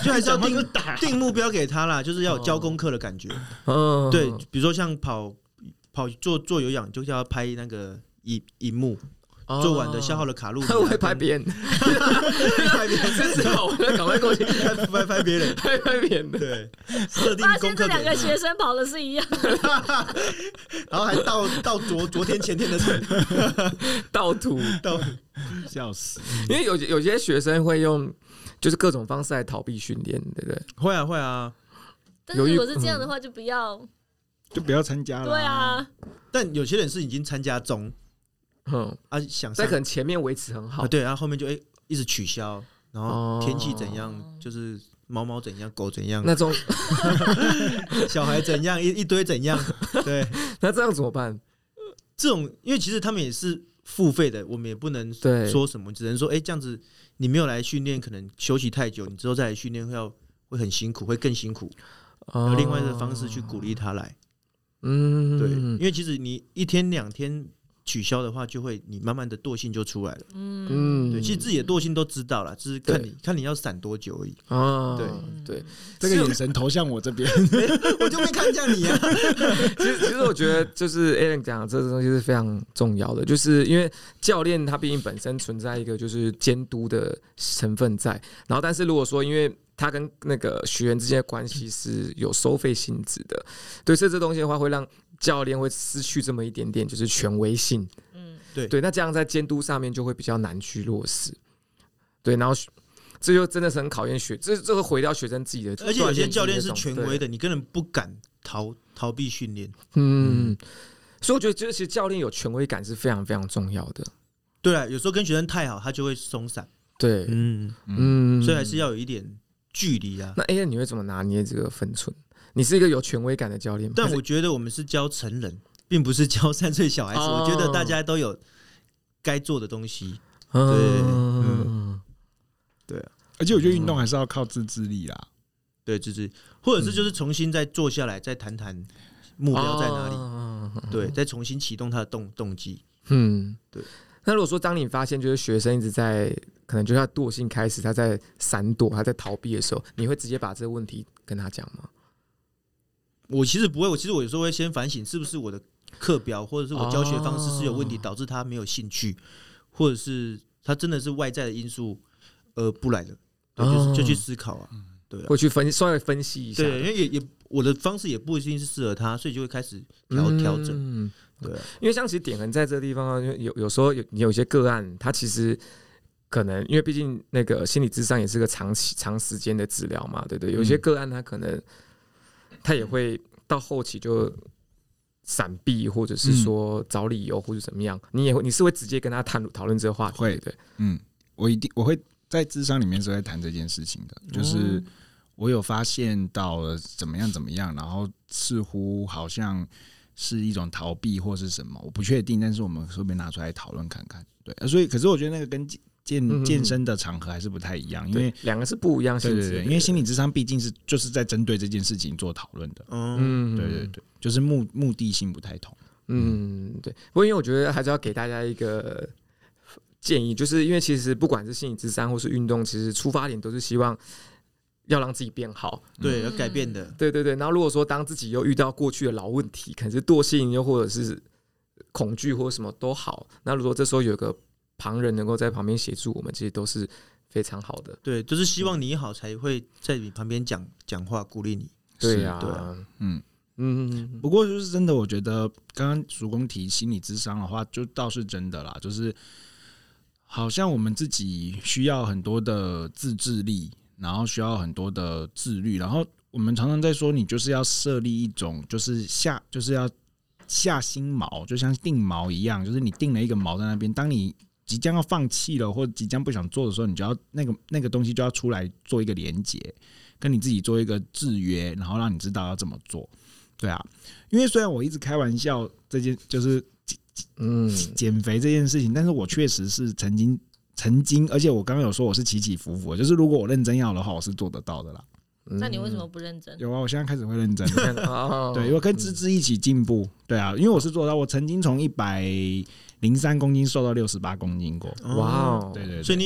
就还是要定打定目标给他啦，就是要有交功课的感觉。 嗯， 对，比如说像跑跑做做有氧，就叫他拍那个荧荧幕。做完的消耗的卡路里、啊， 我会拍别人， 拍别人是好，我赶快过去拍拍拍别人， 拍拍别人的。 对，设定发功课现这两个学生跑的是一样的， 然后还到到昨昨天前天的场， 盗图到笑死。 因为有有些学生会用就是各种方式来逃避训练，对不对？ 会啊会啊。 但是如果是这样的话，就不要， 就不要参加了。 对啊， 但有些人是已经参加中。 嗯啊，想在可能前面维持很好， 啊、对，然后后面就哎、欸、一直取消，然后天气怎样，哦、就是猫猫怎样，狗怎样， 那种小孩怎样，一一堆怎样，对， 那这样怎么办？ 这种因为其实他们也是付费的，我们也不能说什么，只能说哎、欸、这样子你没有来训练，可能休息太久，你之后再来训练会要会很辛苦，会更辛苦， 哦、 有另外的方式去鼓励他来， 嗯， 对，因为其实你一天两天。取消的话，就会你慢慢的惰性就出来了。 嗯， 对，其实自己的惰性都知道了，只是看你看你要闪多久而已。 哦， 对对， 这个眼神投向我这边， 我就没看向你啊。 其实，其实我觉得就是 Alan 讲的这个东西是非常重要的，就是因为教练他毕竟本身存在一个就是监督的成分在，然后但是如果说因为他跟那个学员之间的关系是有收费性质的，对，所以这东西的话会让教练会失去这么一点点就是权威性， 嗯， 对对，那这样在监督上面就会比较难去落实，对，然后这就真的是很考验学，这这会回到学生自己的， 而且有些教练是权威的，你根本不敢逃逃避训练， 嗯，所以我觉得其实教练有权威感是非常非常重要的， 对啊，有时候跟学生太好，他就会松散， 对， 嗯嗯， 所以还是要有一点距离啊。 那 A N 你会怎么拿捏这个分寸？你是一个有权威感的教练， 但我觉得我们是教成人，并不是教三岁小孩子。哦、我觉得大家都有该做的东西。对，嗯，对啊。 而且我觉得运动还是要靠自制力啦。 对，自制，或者是就是重新再坐下来，再谈谈目标在哪里。哦、对，再重新启动他的动动机。 嗯， 对。 那如果说当你发现就是学生一直在可能就是他惰性开始，他在闪躲，他在逃避的时候，你会直接把这个问题跟他讲吗？ 我其实不会，我其实我有时候会先反省，是不是我的课表或者是我教学方式是有问题，导致他没有兴趣，或者是他真的是外在的因素而不来的，对，就是就去思考啊，对啊， 会去分稍微分析一下， 对，因为也也我的方式也不一定是适合他，所以就会开始调调整，嗯，对啊， 因为像其实点横在这个地方，有有时候有有一些个案，他其实。可能因为毕竟那个心理咨商也是个长期长时间的治疗嘛，对不对？有些个案他可能他也会到后期就闪避，或者是说找理由或者怎么样，你也会你是会直接跟他谈讨论这个话题， 会对， 嗯，我一定我会在咨商里面是会谈这件事情的，就是我有发现到了怎么样怎么样，然后似乎好像是一种逃避或是什么，我不确定，但是我们顺便拿出来讨论看看，对，所以可是我觉得那个跟健健身的场合还是不太一样，因为两个是不一样性质。 对对对，因为心理咨商毕竟是就是在针对这件事情做讨论的。嗯，对对对，就是目目的性不太同。 嗯，对。不过因为我觉得还是要给大家一个建议，就是因为其实不管是心理咨商或是运动，其实出发点都是希望要让自己变好， 对，要改变的。 对对对。然后如果说当自己又遇到过去的老问题，可能是惰性，又或者是恐惧或什么都好，那如果这时候有个旁人能够在旁边协助我们，其实都是非常好的。 对，就是希望你好，才会在你旁边讲讲话，鼓励你。 对呀、啊， 对啊， 嗯嗯。不过就是真的，我觉得刚刚曙光提心理咨商的话，就倒是真的啦，就是好像我们自己需要很多的自制力，然后需要很多的自律，然后我们常常在说，你就是要设立一种，就是下，就是要。下心锚，就像定锚一样，就是你定了一个锚在那边，当你即将要放弃了或者即将不想做的时候，你就要那个那个东西就要出来做一个连结，跟你自己做一个制约，然后让你知道要怎么做。对啊，因为虽然我一直开玩笑这件就是嗯减肥这件事情，但是我确实是曾经曾经，而且我刚刚有说我是起起伏伏，就是如果我认真要的话，我是做得到的啦。 那你为什么不认真？ 有啊，我现在开始会认真。 哦、 对，我跟芝芝一起进步。对啊，因为我是做到，我曾经从一百零三公斤瘦到六十八公斤过。 哇哦， 对 对, 對， 所以你有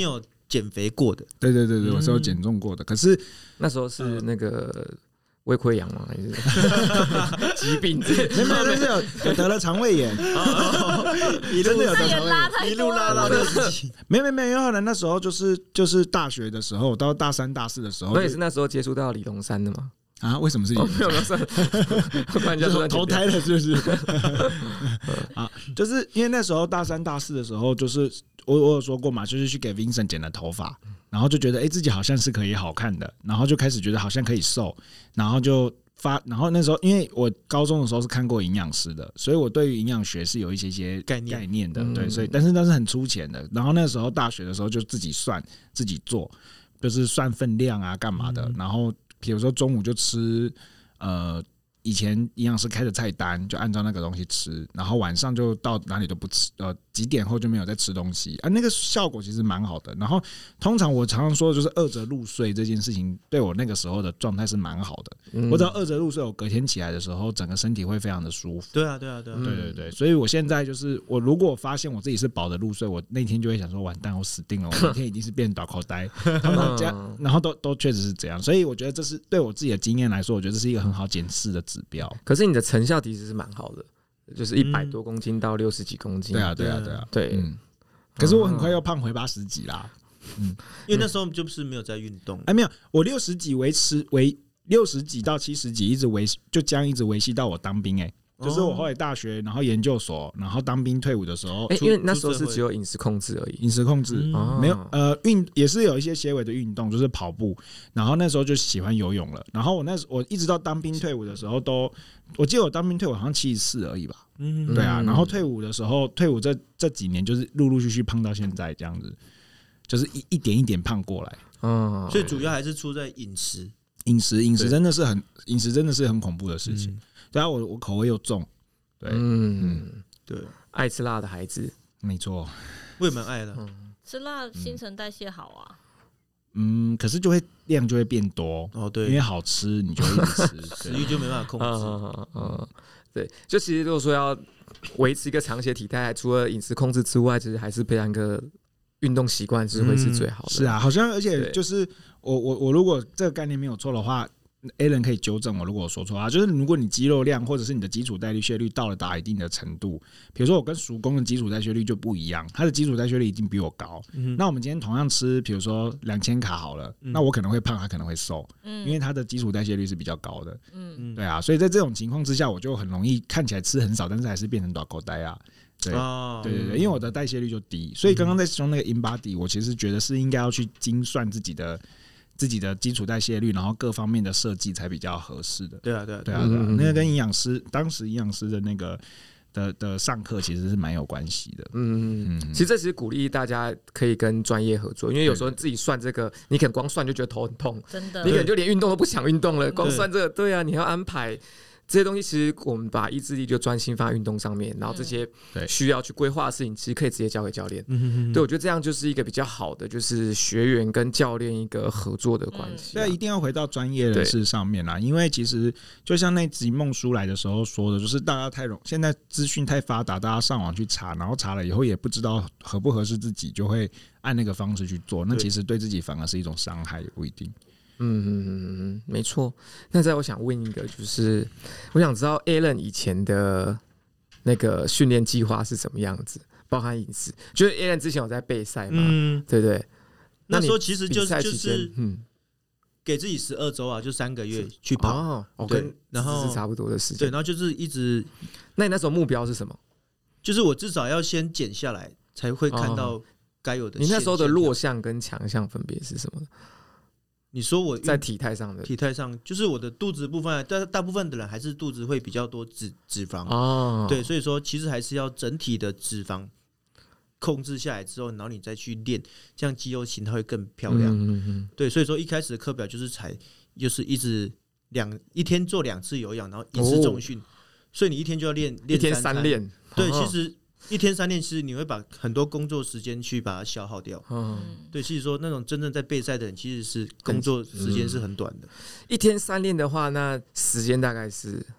减肥过的。 对对对对， 嗯我是有减重过的，可是那时候是那个胃溃疡吗？还是疾病？ 没有，但是有有得了肠胃炎，真的有得那也肠胃炎。 拉太一路多了吧。 拉到六十几， 没有没有没有，后来那时候就是就是大学的时候，到大三大四的时候就， 我也是那时候接触到李龙山的嘛。 啊，为什么是你？ 哦，没有没有，算了，不然人家说投胎了是不是？啊，就是因为那时候大三大四的时候，就是我我有说过嘛，就是去给 Vincent 剪了头发，然后就觉得哎、欸、自己好像是可以好看的，然后就开始觉得好像可以瘦，然后就发，然后那时候因为我高中的时候是看过营养师的，所以我对于营养学是有一些些概念概念的， 嗯对，所以但是那是很粗浅的。然后那时候大学的时候就自己算自己做，就是算分量啊干嘛的， 嗯然后比如说中午就吃。呃，以前营养师开的菜单就按照那个东西吃，然后晚上就到哪里都不吃，呃，几点后就没有再吃东西啊，那个效果其实蛮好的。然后通常我常常说的就是饿着入睡这件事情，对我那个时候的状态是蛮好的。 嗯我只要饿着入睡，我隔天起来的时候，整个身体会非常的舒服。 对啊，对啊，对啊， 对对对，所以我现在就是我如果发现我自己是饱的入睡，我那天就会想说完蛋，我死定了，我明天一定是变倒口呆。他们这样，然后都都确实是这样，所以我觉得这是对我自己的经验来说，我觉得这是一个很好检视的指标。 可是你的成效其实是蛮好的，就是一百嗯多公斤到六十几公斤。 对啊，对啊，对啊， 对， 嗯。可是我很快又胖回八十几啦。 因为那时候就是没有在运动。 哎，没有，我六十几维持维六十几到七十几，一直维就将一直维系到我当兵。哎，就是我后来大学，然后研究所，然后当兵退伍的时候， 哎，因为那时候是出社会只有饮食控制而已。 饮食控制。 嗯哦没有，呃，运也是有一些些微的运动，就是跑步。然后那时候就喜欢游泳了。然后我那时我一直到当兵退伍的时候都，我记得我当兵退伍好像七十四而已吧。 嗯对啊。 嗯然后退伍的时候，退伍这这几年就是陆陆续续胖到现在这样子，就是一一点一点胖过来。 嗯， 所以主要还是出在饮食。 饮食饮食对真的是很饮食真的是很恐怖的事情。 嗯对啊，我我口味又重。对， 嗯， 对， 爱吃辣的孩子。 没错。 我也蛮爱的。 吃辣新陈代谢好啊。 嗯，可是就会量就会变多。 哦， 因为对， 好吃，你就会一直吃。对食欲就没办法控制。 嗯嗯，对，就其实如果说要维持一个长期的体态，除了饮食控制之外，其实还是培养一个运动习惯，是会是最好的。 是啊，好像而且对就是我我我如果这个概念没有错的话。Alan 可以纠正我，如果我说错啊，就是如果你肌肉量或者是你的基础代谢率到了达一定的程度，比如说我跟叔公的基础代谢率就不一样，他的基础代谢率已经比我高。 嗯那我们今天同样吃，比如说两千卡好了， 嗯那我可能会胖，他可能会瘦， 嗯， 因为他的基础代谢率是比较高的。 嗯嗯对啊，所以在这种情况之下，我就很容易看起来吃很少，但是还是变成短口袋啊。对。 哦对对对，因为我的代谢率就低，所以刚刚在使用那个 InBody，我其实觉得是应该要去精算自己的自己的基础代谢率，然后各方面的设计才比较合适的。 对啊，对啊， 对啊，对啊嗯， 那个跟营养师当时营养师的那个的的上课其实是蛮有关系的。 嗯， 嗯， 其实这其实鼓励大家可以跟专业合作，因为有时候自己算这个，你可能光算就觉得头很痛， 真的你可能就连运动都不想运动了，光算这个，对啊，你还要安排。这些东西其实我们把意志力就专心放在运动上面，然后这些对需要去规划的事情，其实可以直接交给教练。 嗯对，我觉得这样就是一个比较好的，就是学员跟教练一个合作的关系啊。 对，一定要回到专业人士上面啦，因为其实就像那集梦叔来的时候说的，就是大家太容，现在资讯太发达，大家上网去查，然后查了以后也不知道合不合适自己，就会按那个方式去做，那对其实对自己反而是一种伤害，也不一定。 嗯嗯嗯嗯，没错。那再我想问一个，就是我想知道 Alan 以前的那个训练计划是什么样子，包含饮食。就是 Alan 之前有在备赛嘛， 嗯， 对不对？ 那时候其实就比赛就期间是嗯， 给自己十二周啊，就三个月去跑。 哦，我对跟然后是差不多的时对， 间。 然后就是一直， 那你那时候目标是什么？ 就是我至少要先减下来，才会看到该有的。 你那时候的弱，项跟强项分别是什么呢？ 你说我在体态上的体态上，就是我的肚子部分，但大部分的人还是肚子会比较多脂脂肪。 哦， 对，所以说其实还是要整体的脂肪控制下来之后，然后你再去练，这样肌肉形态会更漂亮。 嗯嗯嗯对，所以说一开始的课表就是采，就是一直两一天做两次有氧，然后一次重训，所以你一天就要练一练天三餐。 练。 对， 哦其实一天三练，其实你会把很多工作时间去把它消耗掉。 嗯， 嗯对，其实说那种真正在备赛的人，其实是工作时间是很短的。 一天三练的话，那时间大概是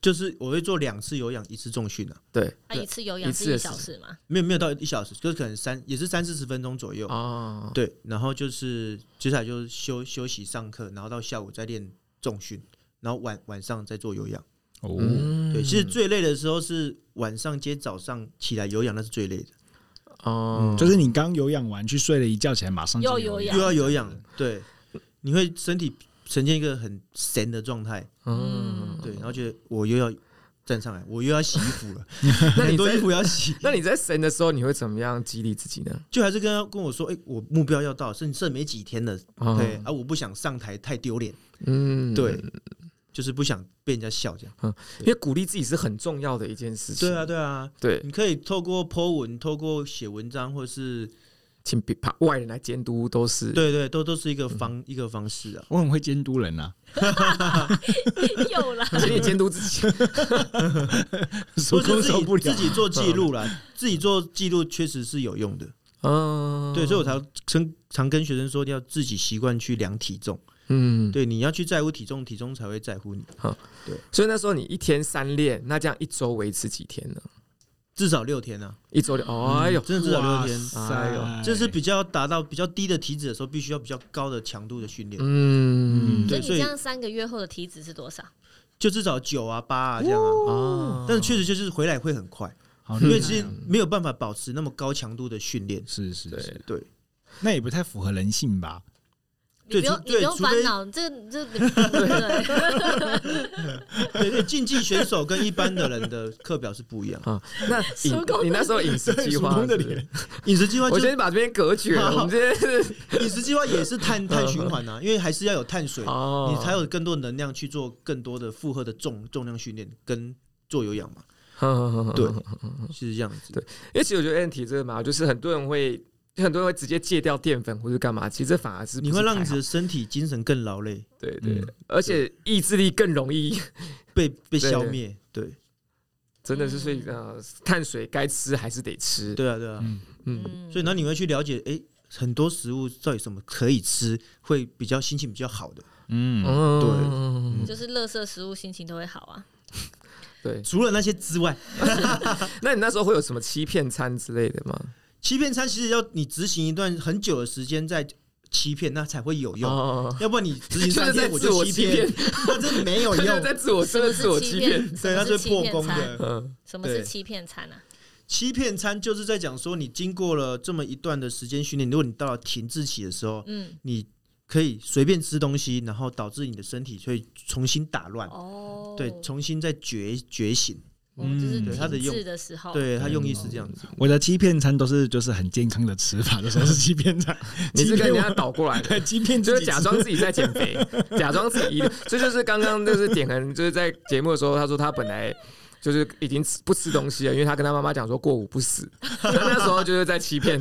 就是我会做两次有氧，一次重训啊。 对， 他一次有氧是一小时吗？ 没有没有到一小时，就是可能三也是三四十分钟左右。 哦， 对，然后就是接下来就是休休息上课，然后到下午再练重训，然后晚晚上再做有氧。 哦， 嗯对，其实最累的时候是晚上接早上起来有氧，那是最累的。 哦， 就是你刚有氧完去睡了一觉起来，马上就有又有氧又要有氧，对，你会身体呈现一个很闲的状态， 嗯， 对，然后觉得我又要站上来，我又要洗衣服了， 那你在很多衣服要洗， 那你在神的时候，你会怎么样激励自己呢？ 就还是跟他跟我说，哎、我目标要到，剩剩没几天了， 哦对啊，我不想上台太丢脸， 嗯， 对，就是不想被人家笑这样。 因为鼓励自己是很重要的一件事情。 对啊，对啊， 对， 你可以透过 po 文，透过写文章，或是请别怕外人来监督，都是对对，都都是一个方、一个方式啊。 我很会监督人啊， 有啦， 请你监督自己。 手或者自己控受不了自。己做记录啦，自己做记录确实是有用的。 嗯， 对，所以我才常常跟学生说，要自己习惯去量体重。 嗯， 对，你要去在乎体重，体重才会在乎你。 所以那时候你一天三练，那这样一周维持几天呢？ 至少六天啊， 一周六，哦哎呦， 真的至少六天。 哎呦这是比较达到比较低的体脂的时候，必须要比较高的强度的训练。 嗯， 对，所以所以你这样三个月后的体脂是多少？ 就至少九啊八啊这样啊。 哦但是确实就是回来会很快， 好因为其实厉害哦没有办法保持那么高强度的训练。 是是是， 对， 那也不太符合人性吧？ 你不用， 除你不用对除非烦恼，这这对对， 对对，竞技选手跟一般的人的课表是不一样。 啊，那叔饮公的你那时候饮食计叔划公的是脸， 饮食计划就我先把这边隔绝了。 好我们这边是饮食计划也是碳碳循环啊，因为还是要有碳水， 哦， 你才有更多能量去做更多的负荷的重重量训练跟做有氧嘛。对，是这样子。 对因为其实我觉得 Alan 提这个嘛，就是很多人会，很多人会直接戒掉淀粉或者干嘛，其实这反而是不是你会让你太好的身体精神更劳累， 对对， 嗯而且意志力更容易， 被被消灭。对真的是所以呃，碳水该吃还是得吃。 对啊对啊， 嗯， 嗯， 所以然后你会去了解，哎，很多食物到底什么可以吃，会比较心情比较好的。 嗯， 嗯， 就是垃圾食物心情都会好啊。 对。 除了那些之外， 那你那时候会有什么欺骗餐之类的吗？ 欺骗餐其实要你执行一段很久的时间在欺骗，那才会有用。 哦， 要不然你执行三就是在天我自我欺就欺骗骗， 那真没有就是用。 在自我真的自我欺骗。 对，那是破功餐的。 嗯， 什么是欺骗餐啊？ 欺骗餐就是在讲说，你经过了这么一段的时间训练，如果你到了停滞期的时候， 嗯， 你可以随便吃东西，然后导致你的身体会重新打乱， 哦， 对，重新再觉觉醒。 哦，就是嗯对它的用停滞的时候， 对，它用意是这样子。 我的欺骗餐都是就是很健康的吃法的时候是欺骗餐， 你是跟人家欺骗我倒过来的。 对欺骗就是自己吃假装自己在减肥，假装自己，这就是刚刚就是点恒就是在节目的时候，他说他本来就是已经吃不吃东西了，因为他跟他妈妈讲说过午不食，那时候就是在欺骗。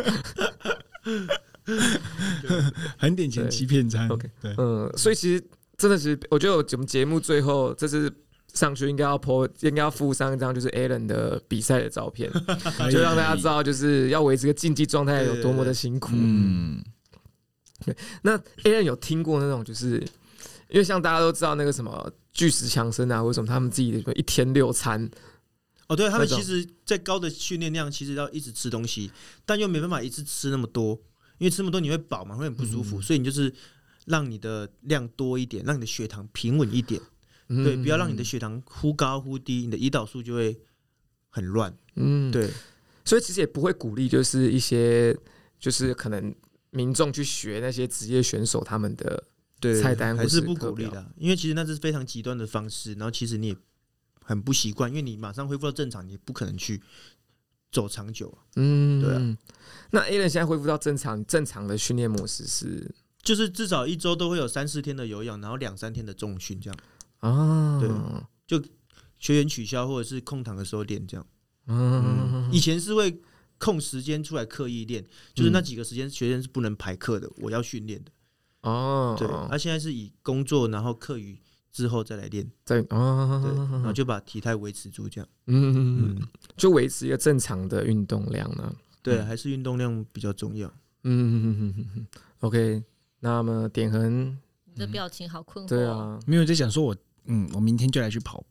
很典型的欺骗餐。 OK 对， 嗯，所以其实真的是，我觉得我们节目最后这次上去应该要 po， 应该要附上一张就是 Alan 的比赛的照片，就让大家知道就是要维持个竞技状态有多么的辛苦。 嗯， 那 Alan 有听过那种就是，因为像大家都知道那个什么巨石强森啊，或者什么他们自己的一天六餐， 哦，对他们那种其实，在高的训练量，其实要一直吃东西，但又没办法一次吃那么多，因为吃那么多你会饱嘛，会很不舒服， 嗯所以你就是让你的量多一点，让你的血糖平稳一点， 嗯对，不要让你的血糖忽高忽低，你的胰岛素就会很乱。 嗯， 对， 所以其实也不会鼓励就是一些就是可能民众去学那些职业选手他们的对， 菜单或还是不课表鼓励的，因为其实那是非常极端的方式，然后其实你也很不习惯，因为你马上恢复到正常，你不可能去走长久。 嗯， 对啊。 那 Alan 现在恢复到正常正常的训练模式是就是至少一周都会有三四天的有氧，然后两三天的重训这样。 啊， 对学员取消或者是空堂的时候练这样。 嗯， 以前是会空时间出来刻意练，就是那几个时间学生是不能排课的，我要训练的。 哦， 对，他、现在是以工作然后课余之后再来练， 在对，然后哦， 就把体态维持住这样。 嗯，就维持一个正常的运动量呢。 对，还是运动量比较重要。 嗯，OK，那么点恒， 你的表情好困惑。 对，啊， 没有在想说我，嗯，我明天就来去跑步。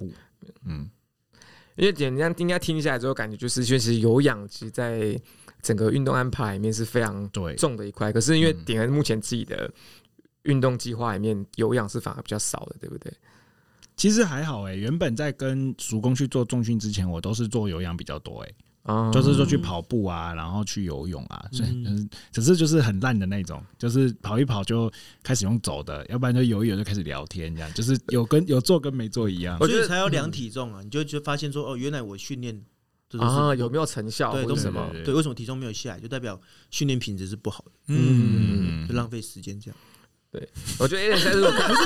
嗯，因为点这样应该听下来之后，感觉就是因为其实有氧其实在整个运动安排里面是非常重的一块，可是因为点恩目前自己的运动计划里面有氧是反而比较少的，对不对？ 其实还好哎、欸，原本在跟叔公去做重训之前，我都是做有氧比较多哎、欸。哦、就是说去跑步啊，然后去游泳啊，所以、嗯、只是就是很烂的那种，就是跑一跑就开始用走的，要不然就游一游就开始聊天，这样就是有跟有做跟没做一样。 所以才要量体重啊，嗯、你就就发现说哦，原来我训练啊有没有成效， 对， 或者什么？ 对，为什么体重没有下来，就代表训练品质是不好的，嗯，就浪费时间这样。 对，我觉得 A 人现在是我看，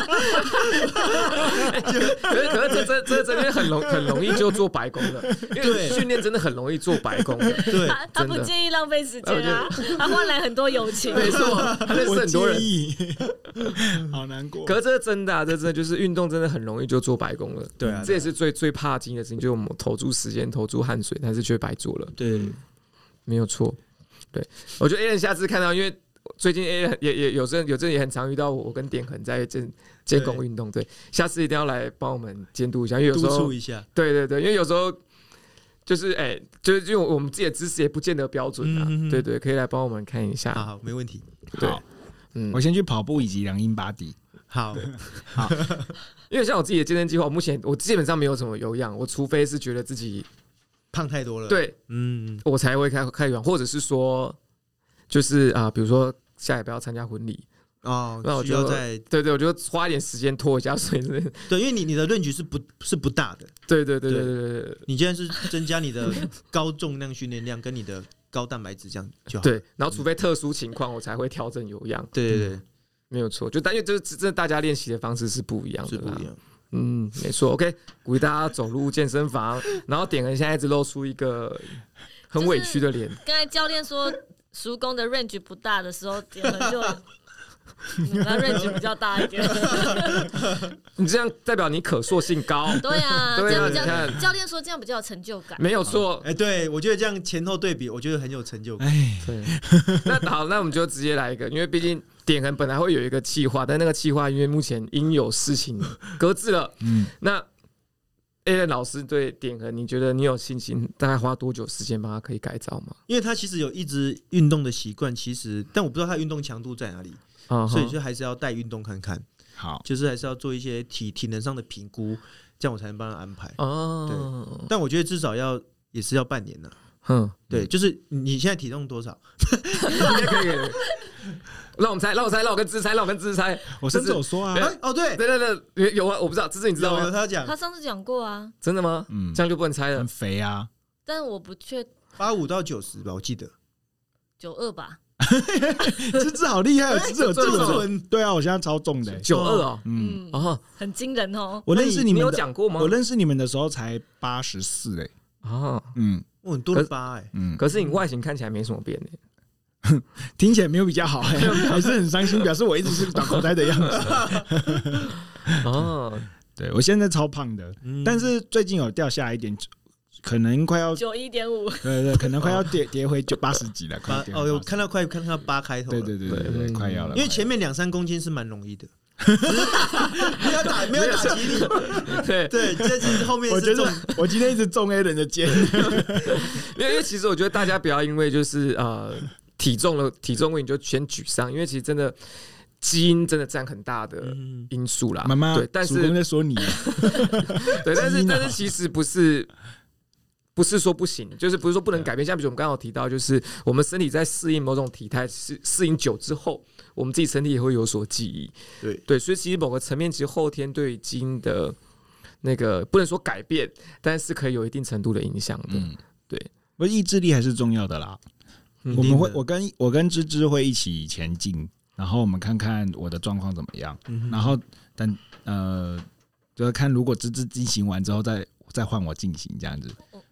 可是可是这这这真的很容很容易就做白工的，因为训练真的很容易做白工的。 对， 他他不介意浪费时间啊，他换来很多友情。 没错，他认识很多人， 好难过。 可是这是真的啊，这真的就是运动真的很容易就做白工了。 对啊， 这也是最最怕经的事情，就是我们投注时间、投注汗水，但是却白做了。 对， 没有错。对，我觉得 A 人下次看到，因为。最近 A 也也有阵有阵也很常遇到我跟点恒在监监工运动，对，下次一定要来帮我们监督一下，因为有时候督促一下， 对对对，因为有时候就是哎、欸，就是因为我们自己的知识也不见得标准啊，嗯、对对，可以来帮我们看一下， 好，好，没问题， 对， 嗯，我先去跑步以及量英巴迪， 好好， 因为像我自己的健身计划，我目前我基本上没有什么有氧，我除非是觉得自己胖太多了， 对， 嗯， 我才会开开有氧，或者是说。就是啊、呃，比如说下礼拜要参加婚礼哦，那我就在对对，我就花一点时间拖一下水。 对，因为你你的论据是不是不大的， 对对对对对对对， 你既然是增加你的高重量训练量跟你的高蛋白质这样就好。 对，然后除非特殊情况，我才会调整有氧。 对对对，嗯、 没有错，就但因为就是真的大家练习的方式是不一样的， 是不一样。 嗯，没错。OK， 鼓励大家走入健身房，然后点人现在一直露出一个很委屈的脸。 刚才教练说。叔公的 range 不大的时候，点了就，他 range 比较大一点。 你这样代表你可塑性高。 对啊， 对啊， 这样教练说这样比较有成就感。 没有错。 哎、欸，对我觉得这样前后对比，我觉得很有成就感。 哎， 对。那好，那我们就直接来一个，因为毕竟点恒本来会有一个企划，但那个企划因为目前因有事情搁置了。嗯，那。A 老师对点恒，你觉得你有信心？大概花多久时间帮他可以改造吗？ 因为他其实有一直运动的习惯，其实但我不知道他运动强度在哪里，uh-huh. 所以就还是要带运动看看。 好， 就是还是要做一些体体能上的评估，这样我才能帮他安排。 哦、 uh-huh. 对，但我觉得至少要也是要半年呢。 嗯， 对，就是你现在体重多少？ 可以。让我们猜，让我猜，让我跟芝猜，让我跟芝猜。 我上次有说啊， 哦对， 对对对，有啊，我不知道，芝芝你知道吗？ 有他讲， 他上次讲过啊。 真的吗？嗯，这样就不能猜了。 很肥啊， 但我不确。 八五到九十吧，我记得。 九二吧。 芝芝好厉害，芝芝有这么重。对啊，我现在超重的， 九二哦， 嗯，哦，很惊人哦。 我认识你们有讲过吗？ 我认识你们的时候才八十四哎。 啊， 嗯， 我很多了八哎， 嗯，可是你外形看起来没什么变哎。 听起来没有比较好、欸，还是很伤心，表示我一直是短口袋的样子。 哦， 对我现在超胖的，嗯、但是最近有掉下来一点，可能快要九一点五， 对对，可能快要跌跌回九八十几了。快哦，有看到快看到八开头了， 对对对对对，快要了。 因为前面两三公斤是蛮容易的。没有打，没有打击力。对对，这是后面。 我觉得我今天一直中 A 人的肩， 因为其实我觉得大家不要因为就是呃。体重了，体重问题就先沮丧，因为其实真的基因真的占很大的因素啦。 妈妈， 对，但是主公在说你， 对，但是但是其实不是不是说不行，就是不是说不能改变。像比如我们刚刚有提到，就是我们身体在适应某种体态，适适应久之后，我们自己身体也会有所记忆。 对对，所以其实某个层面，其实后天对基因的那个不能说改变，但是可以有一定程度的影响的。嗯、对， 不过意志力还是重要的啦。我们会，我跟我跟芝芝会一起前进，然后我们看看我的状况怎么样，嗯、然后等呃，就是看如果芝芝进行完之后再再换我进行这样子。 嗯，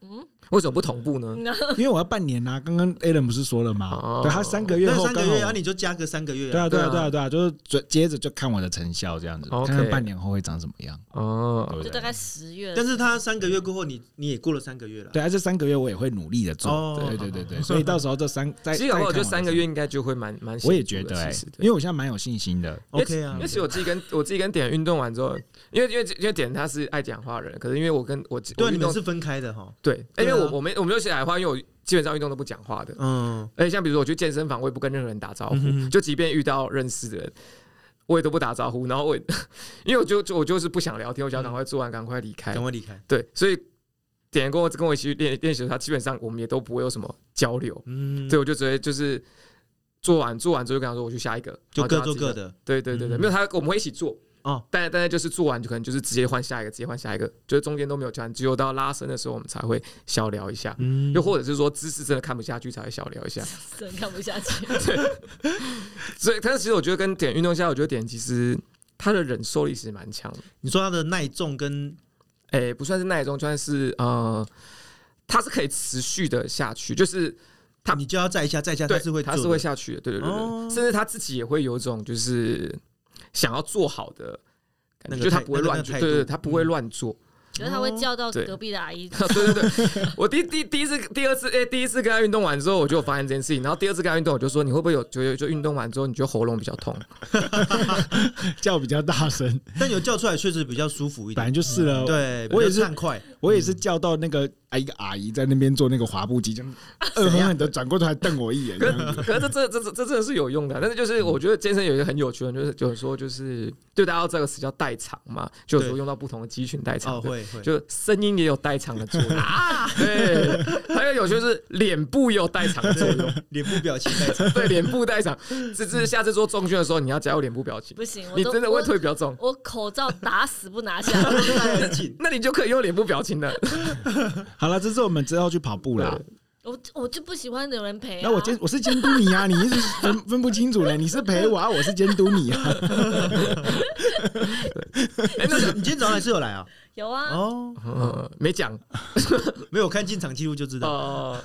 为什么不同步呢？ 因为我要半年啊，刚刚 Alan 不是说了吗？ 哦对他三个月那后刚好三个月啊，你就加个三个月、啊。 对啊，对啊， 对啊对啊，对啊，就是接着就看我的成效这样子， OK 看看半年后会长什么样。 哦， 对不对就大概十月。 但是他三个月过后你，你也过了三个月了。 对啊，这三个月我也会努力的做。 哦对对对对，所以到时候这三再其实搞不好就三个月再看应该就会蛮蛮。 我的成效，我也觉得哎、 其实因为我现在蛮有信心的。 因为 OK 啊因为其实我自己跟我自己跟点运动完之后，因为因为因为点他是爱讲话的人，可是因为我跟我对， 我运动你们是分开的哈。 对， 对啊因为我我没我没有写来的话，因为我基本上运动都不讲话的。 嗯， 而且像比如说我去健身房，我也不跟任何人打招呼， 嗯哼就即便遇到认识的人，我也都不打招呼。然后我也因为我就就我就是不想聊天，我想赶快做完，赶快离开赶。快离开。 对，所以点跟我跟我一起去练练习的时候，他基本上我们也都不会有什么交流。 嗯， 所以我就直接就是做完做完之后就跟他说我去下一个， 就各然后叫他自己做各的。 对对对对， 嗯没有他我们会一起做。 哦， 但但是就是做完就可能就是直接换下一个，直接换下一个，就是中间都没有讲，只有到拉伸的时候我们才会小聊一下， 嗯又或者是说姿势真的看不下去才会小聊一下。 真看不下去。 所以，但是其实我觉得跟点运动下，我觉得点其实他的忍受力其实蛮强的， 你说他的耐重跟哎、不算是耐重，就算是呃，他是可以持续的下去，就是他你就要再一下再一下， 对他是会他是做的会下去的，对对对对， 哦甚至他自己也会有一种就是想要做好的感觉， 那个就他态那个不会乱做， 那个态度对对对，他不会乱做。 觉得他会叫到对隔壁的阿姨。 对对对，我第第第一次、第二次，哎、第一次跟他运动完之后，我就有发现这件事情。然后第二次跟他运动，我就说你会不会有觉得就运动完之后，你觉得喉咙比较痛？ 叫比较大声， 但有叫出来确实比较舒服一本来点。 就是了。 对， 我也是比较畅快。 我也是叫到那个一个阿姨在那边做那个滑步机，就恶狠狠的转过头来瞪我一眼。 可是可是这这这这这真的是有用的啊，但是就是我觉得健身有一个很有趣的，就是就是说就是对大家要这个词叫代偿嘛，就有时候对用到不同的肌群代偿哦， 的， 会会。 就声音也有代偿的作用啊。对，还有有趣就是脸部也有代偿的作用， 脸部表情代偿。 对，脸部代偿。这这下次做重训的时候，你要加入脸部表情， 不行，我都你真的会推比较重。 我我口罩打死不拿下。 戴很紧。 那你就可以用脸部表情了。 好了，这是我们之后去跑步啦。 我我就不喜欢有人陪、啊。 那我监我是监督你啊，你一直分分不清楚呢。你是陪我啊，我是监督你啊。 哎，那你今天早上还是有来啊？ 有啊。 哦， 呃，没讲没有看进场记录就知道。 哦。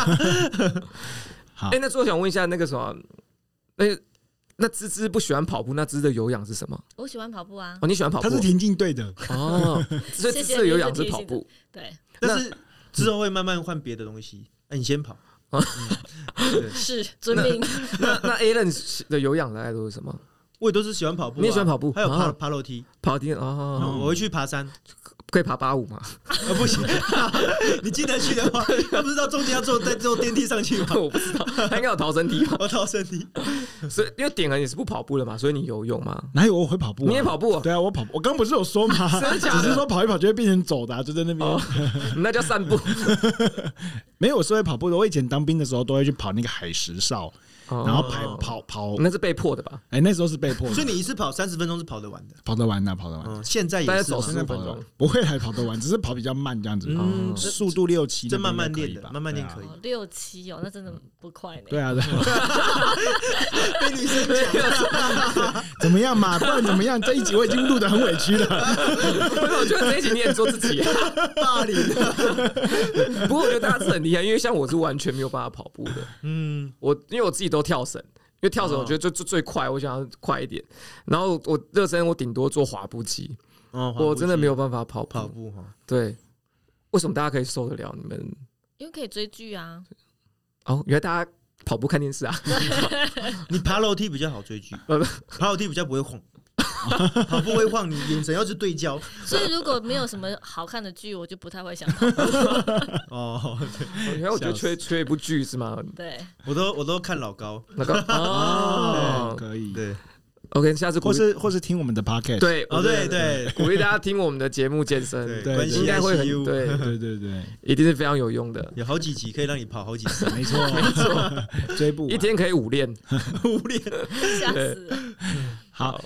好哎，那最后想问一下，那个什么，那那芝芝不喜欢跑步，那芝芝的有氧是什么？ 我喜欢跑步啊。 哦，你喜欢跑步？ 他是田径队的， 哦，所以芝芝的有氧是跑步。 对， 但是之后会慢慢换别的东西。哎，你先跑。 是遵命。 那那 Alan 的有氧大概都是什么？ 我也都是喜欢跑步啊。 你也喜欢跑步还有爬啊爬楼梯。 跑梯哦， 我会去爬山。 可以爬八五吗？ 啊，不行！你记得去的话，他不知道中间要坐再坐电梯上去吗？ 我不知道，他应该有逃生梯吧？ 我逃生梯。 所以因为点儿你是不跑步的嘛，所以你游泳嘛？ 哪有我会跑步啊？ 你也跑步哦？ 对啊，我跑步，我刚不是有说吗？ 真的假的只是说跑一跑就会变成走的啊，就在那边。 哦，那叫散步。 没有，我是会跑步的。我以前当兵的时候都会去跑那个海石哨，然后跑跑跑。 那是被迫的吧？ 哎，那时候是被迫的， 所以你一次跑三十分钟是跑得完的。 跑得完的，跑得完。 嗯，现在大概走也是嘛十五分钟现在跑得完，不会还跑得完，只是跑比较慢这样子。 嗯速度六七， 这慢慢练的吧慢慢练可以哦六七哦，那真的不快呢。 对啊，对啊。 被女生讲。 怎么样嘛？不然怎么样？这一集我已经录得很委屈了。 我觉得这一集你也做自己， 霸凌。 不过我觉得大家是很厉害，因为像我是完全没有办法跑步的。 嗯， 我因为我自己都跳绳，因为跳绳我觉得最最最快，我想要快一点。然后我热身我顶多做滑步机， 哦， 我真的没有办法跑跑步。 步哈。 对，为什么大家可以受得了？你们因为可以追剧啊。 哦，原来大家跑步看电视啊？ 你爬楼梯比较好追剧，爬楼梯比较不会晃。跑步会晃，你眼神要是对焦。 所以如果没有什么好看的剧，我就不太会想跑步。 哦， 原来我觉得缺缺一部剧是吗？ 对， 我都我都看老高。 那个哦， 可以。 对 OK， 下次鼓励或是或是听我们的 podcast。 对哦对对， 鼓励大家听我们的节目健身， 对关系应该会很 I C U 对， 对对对， 一定是非常有用的。 有好几集可以让你跑好几次， 没错没错，追不完一天可以五练。 无聊。 吓死了。 好。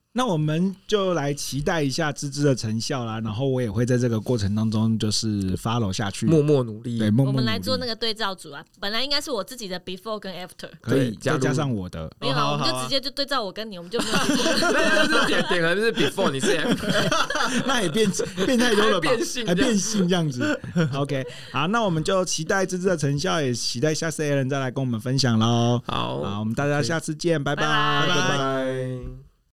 那我们就来期待一下芝芝的成效啦，然后我也会在这个过程当中就是 follow 下去， 默默努力。 对，默默我们来努力做那个对照组啊，本来应该是我自己的 before 跟 after， 可以对加入再加上我的， 没有啊， 好啊我们就好啊直接就对照我跟你，我们就没有那就是点点可能是 before， 你是 after， 那也变变太多了吧？ 还变性还变性这样子。OK， 好，那我们就期待芝芝的成效，也期待下次 Alan 再来跟我们分享喽。 好， 好，我们大家下次见，拜拜拜拜拜。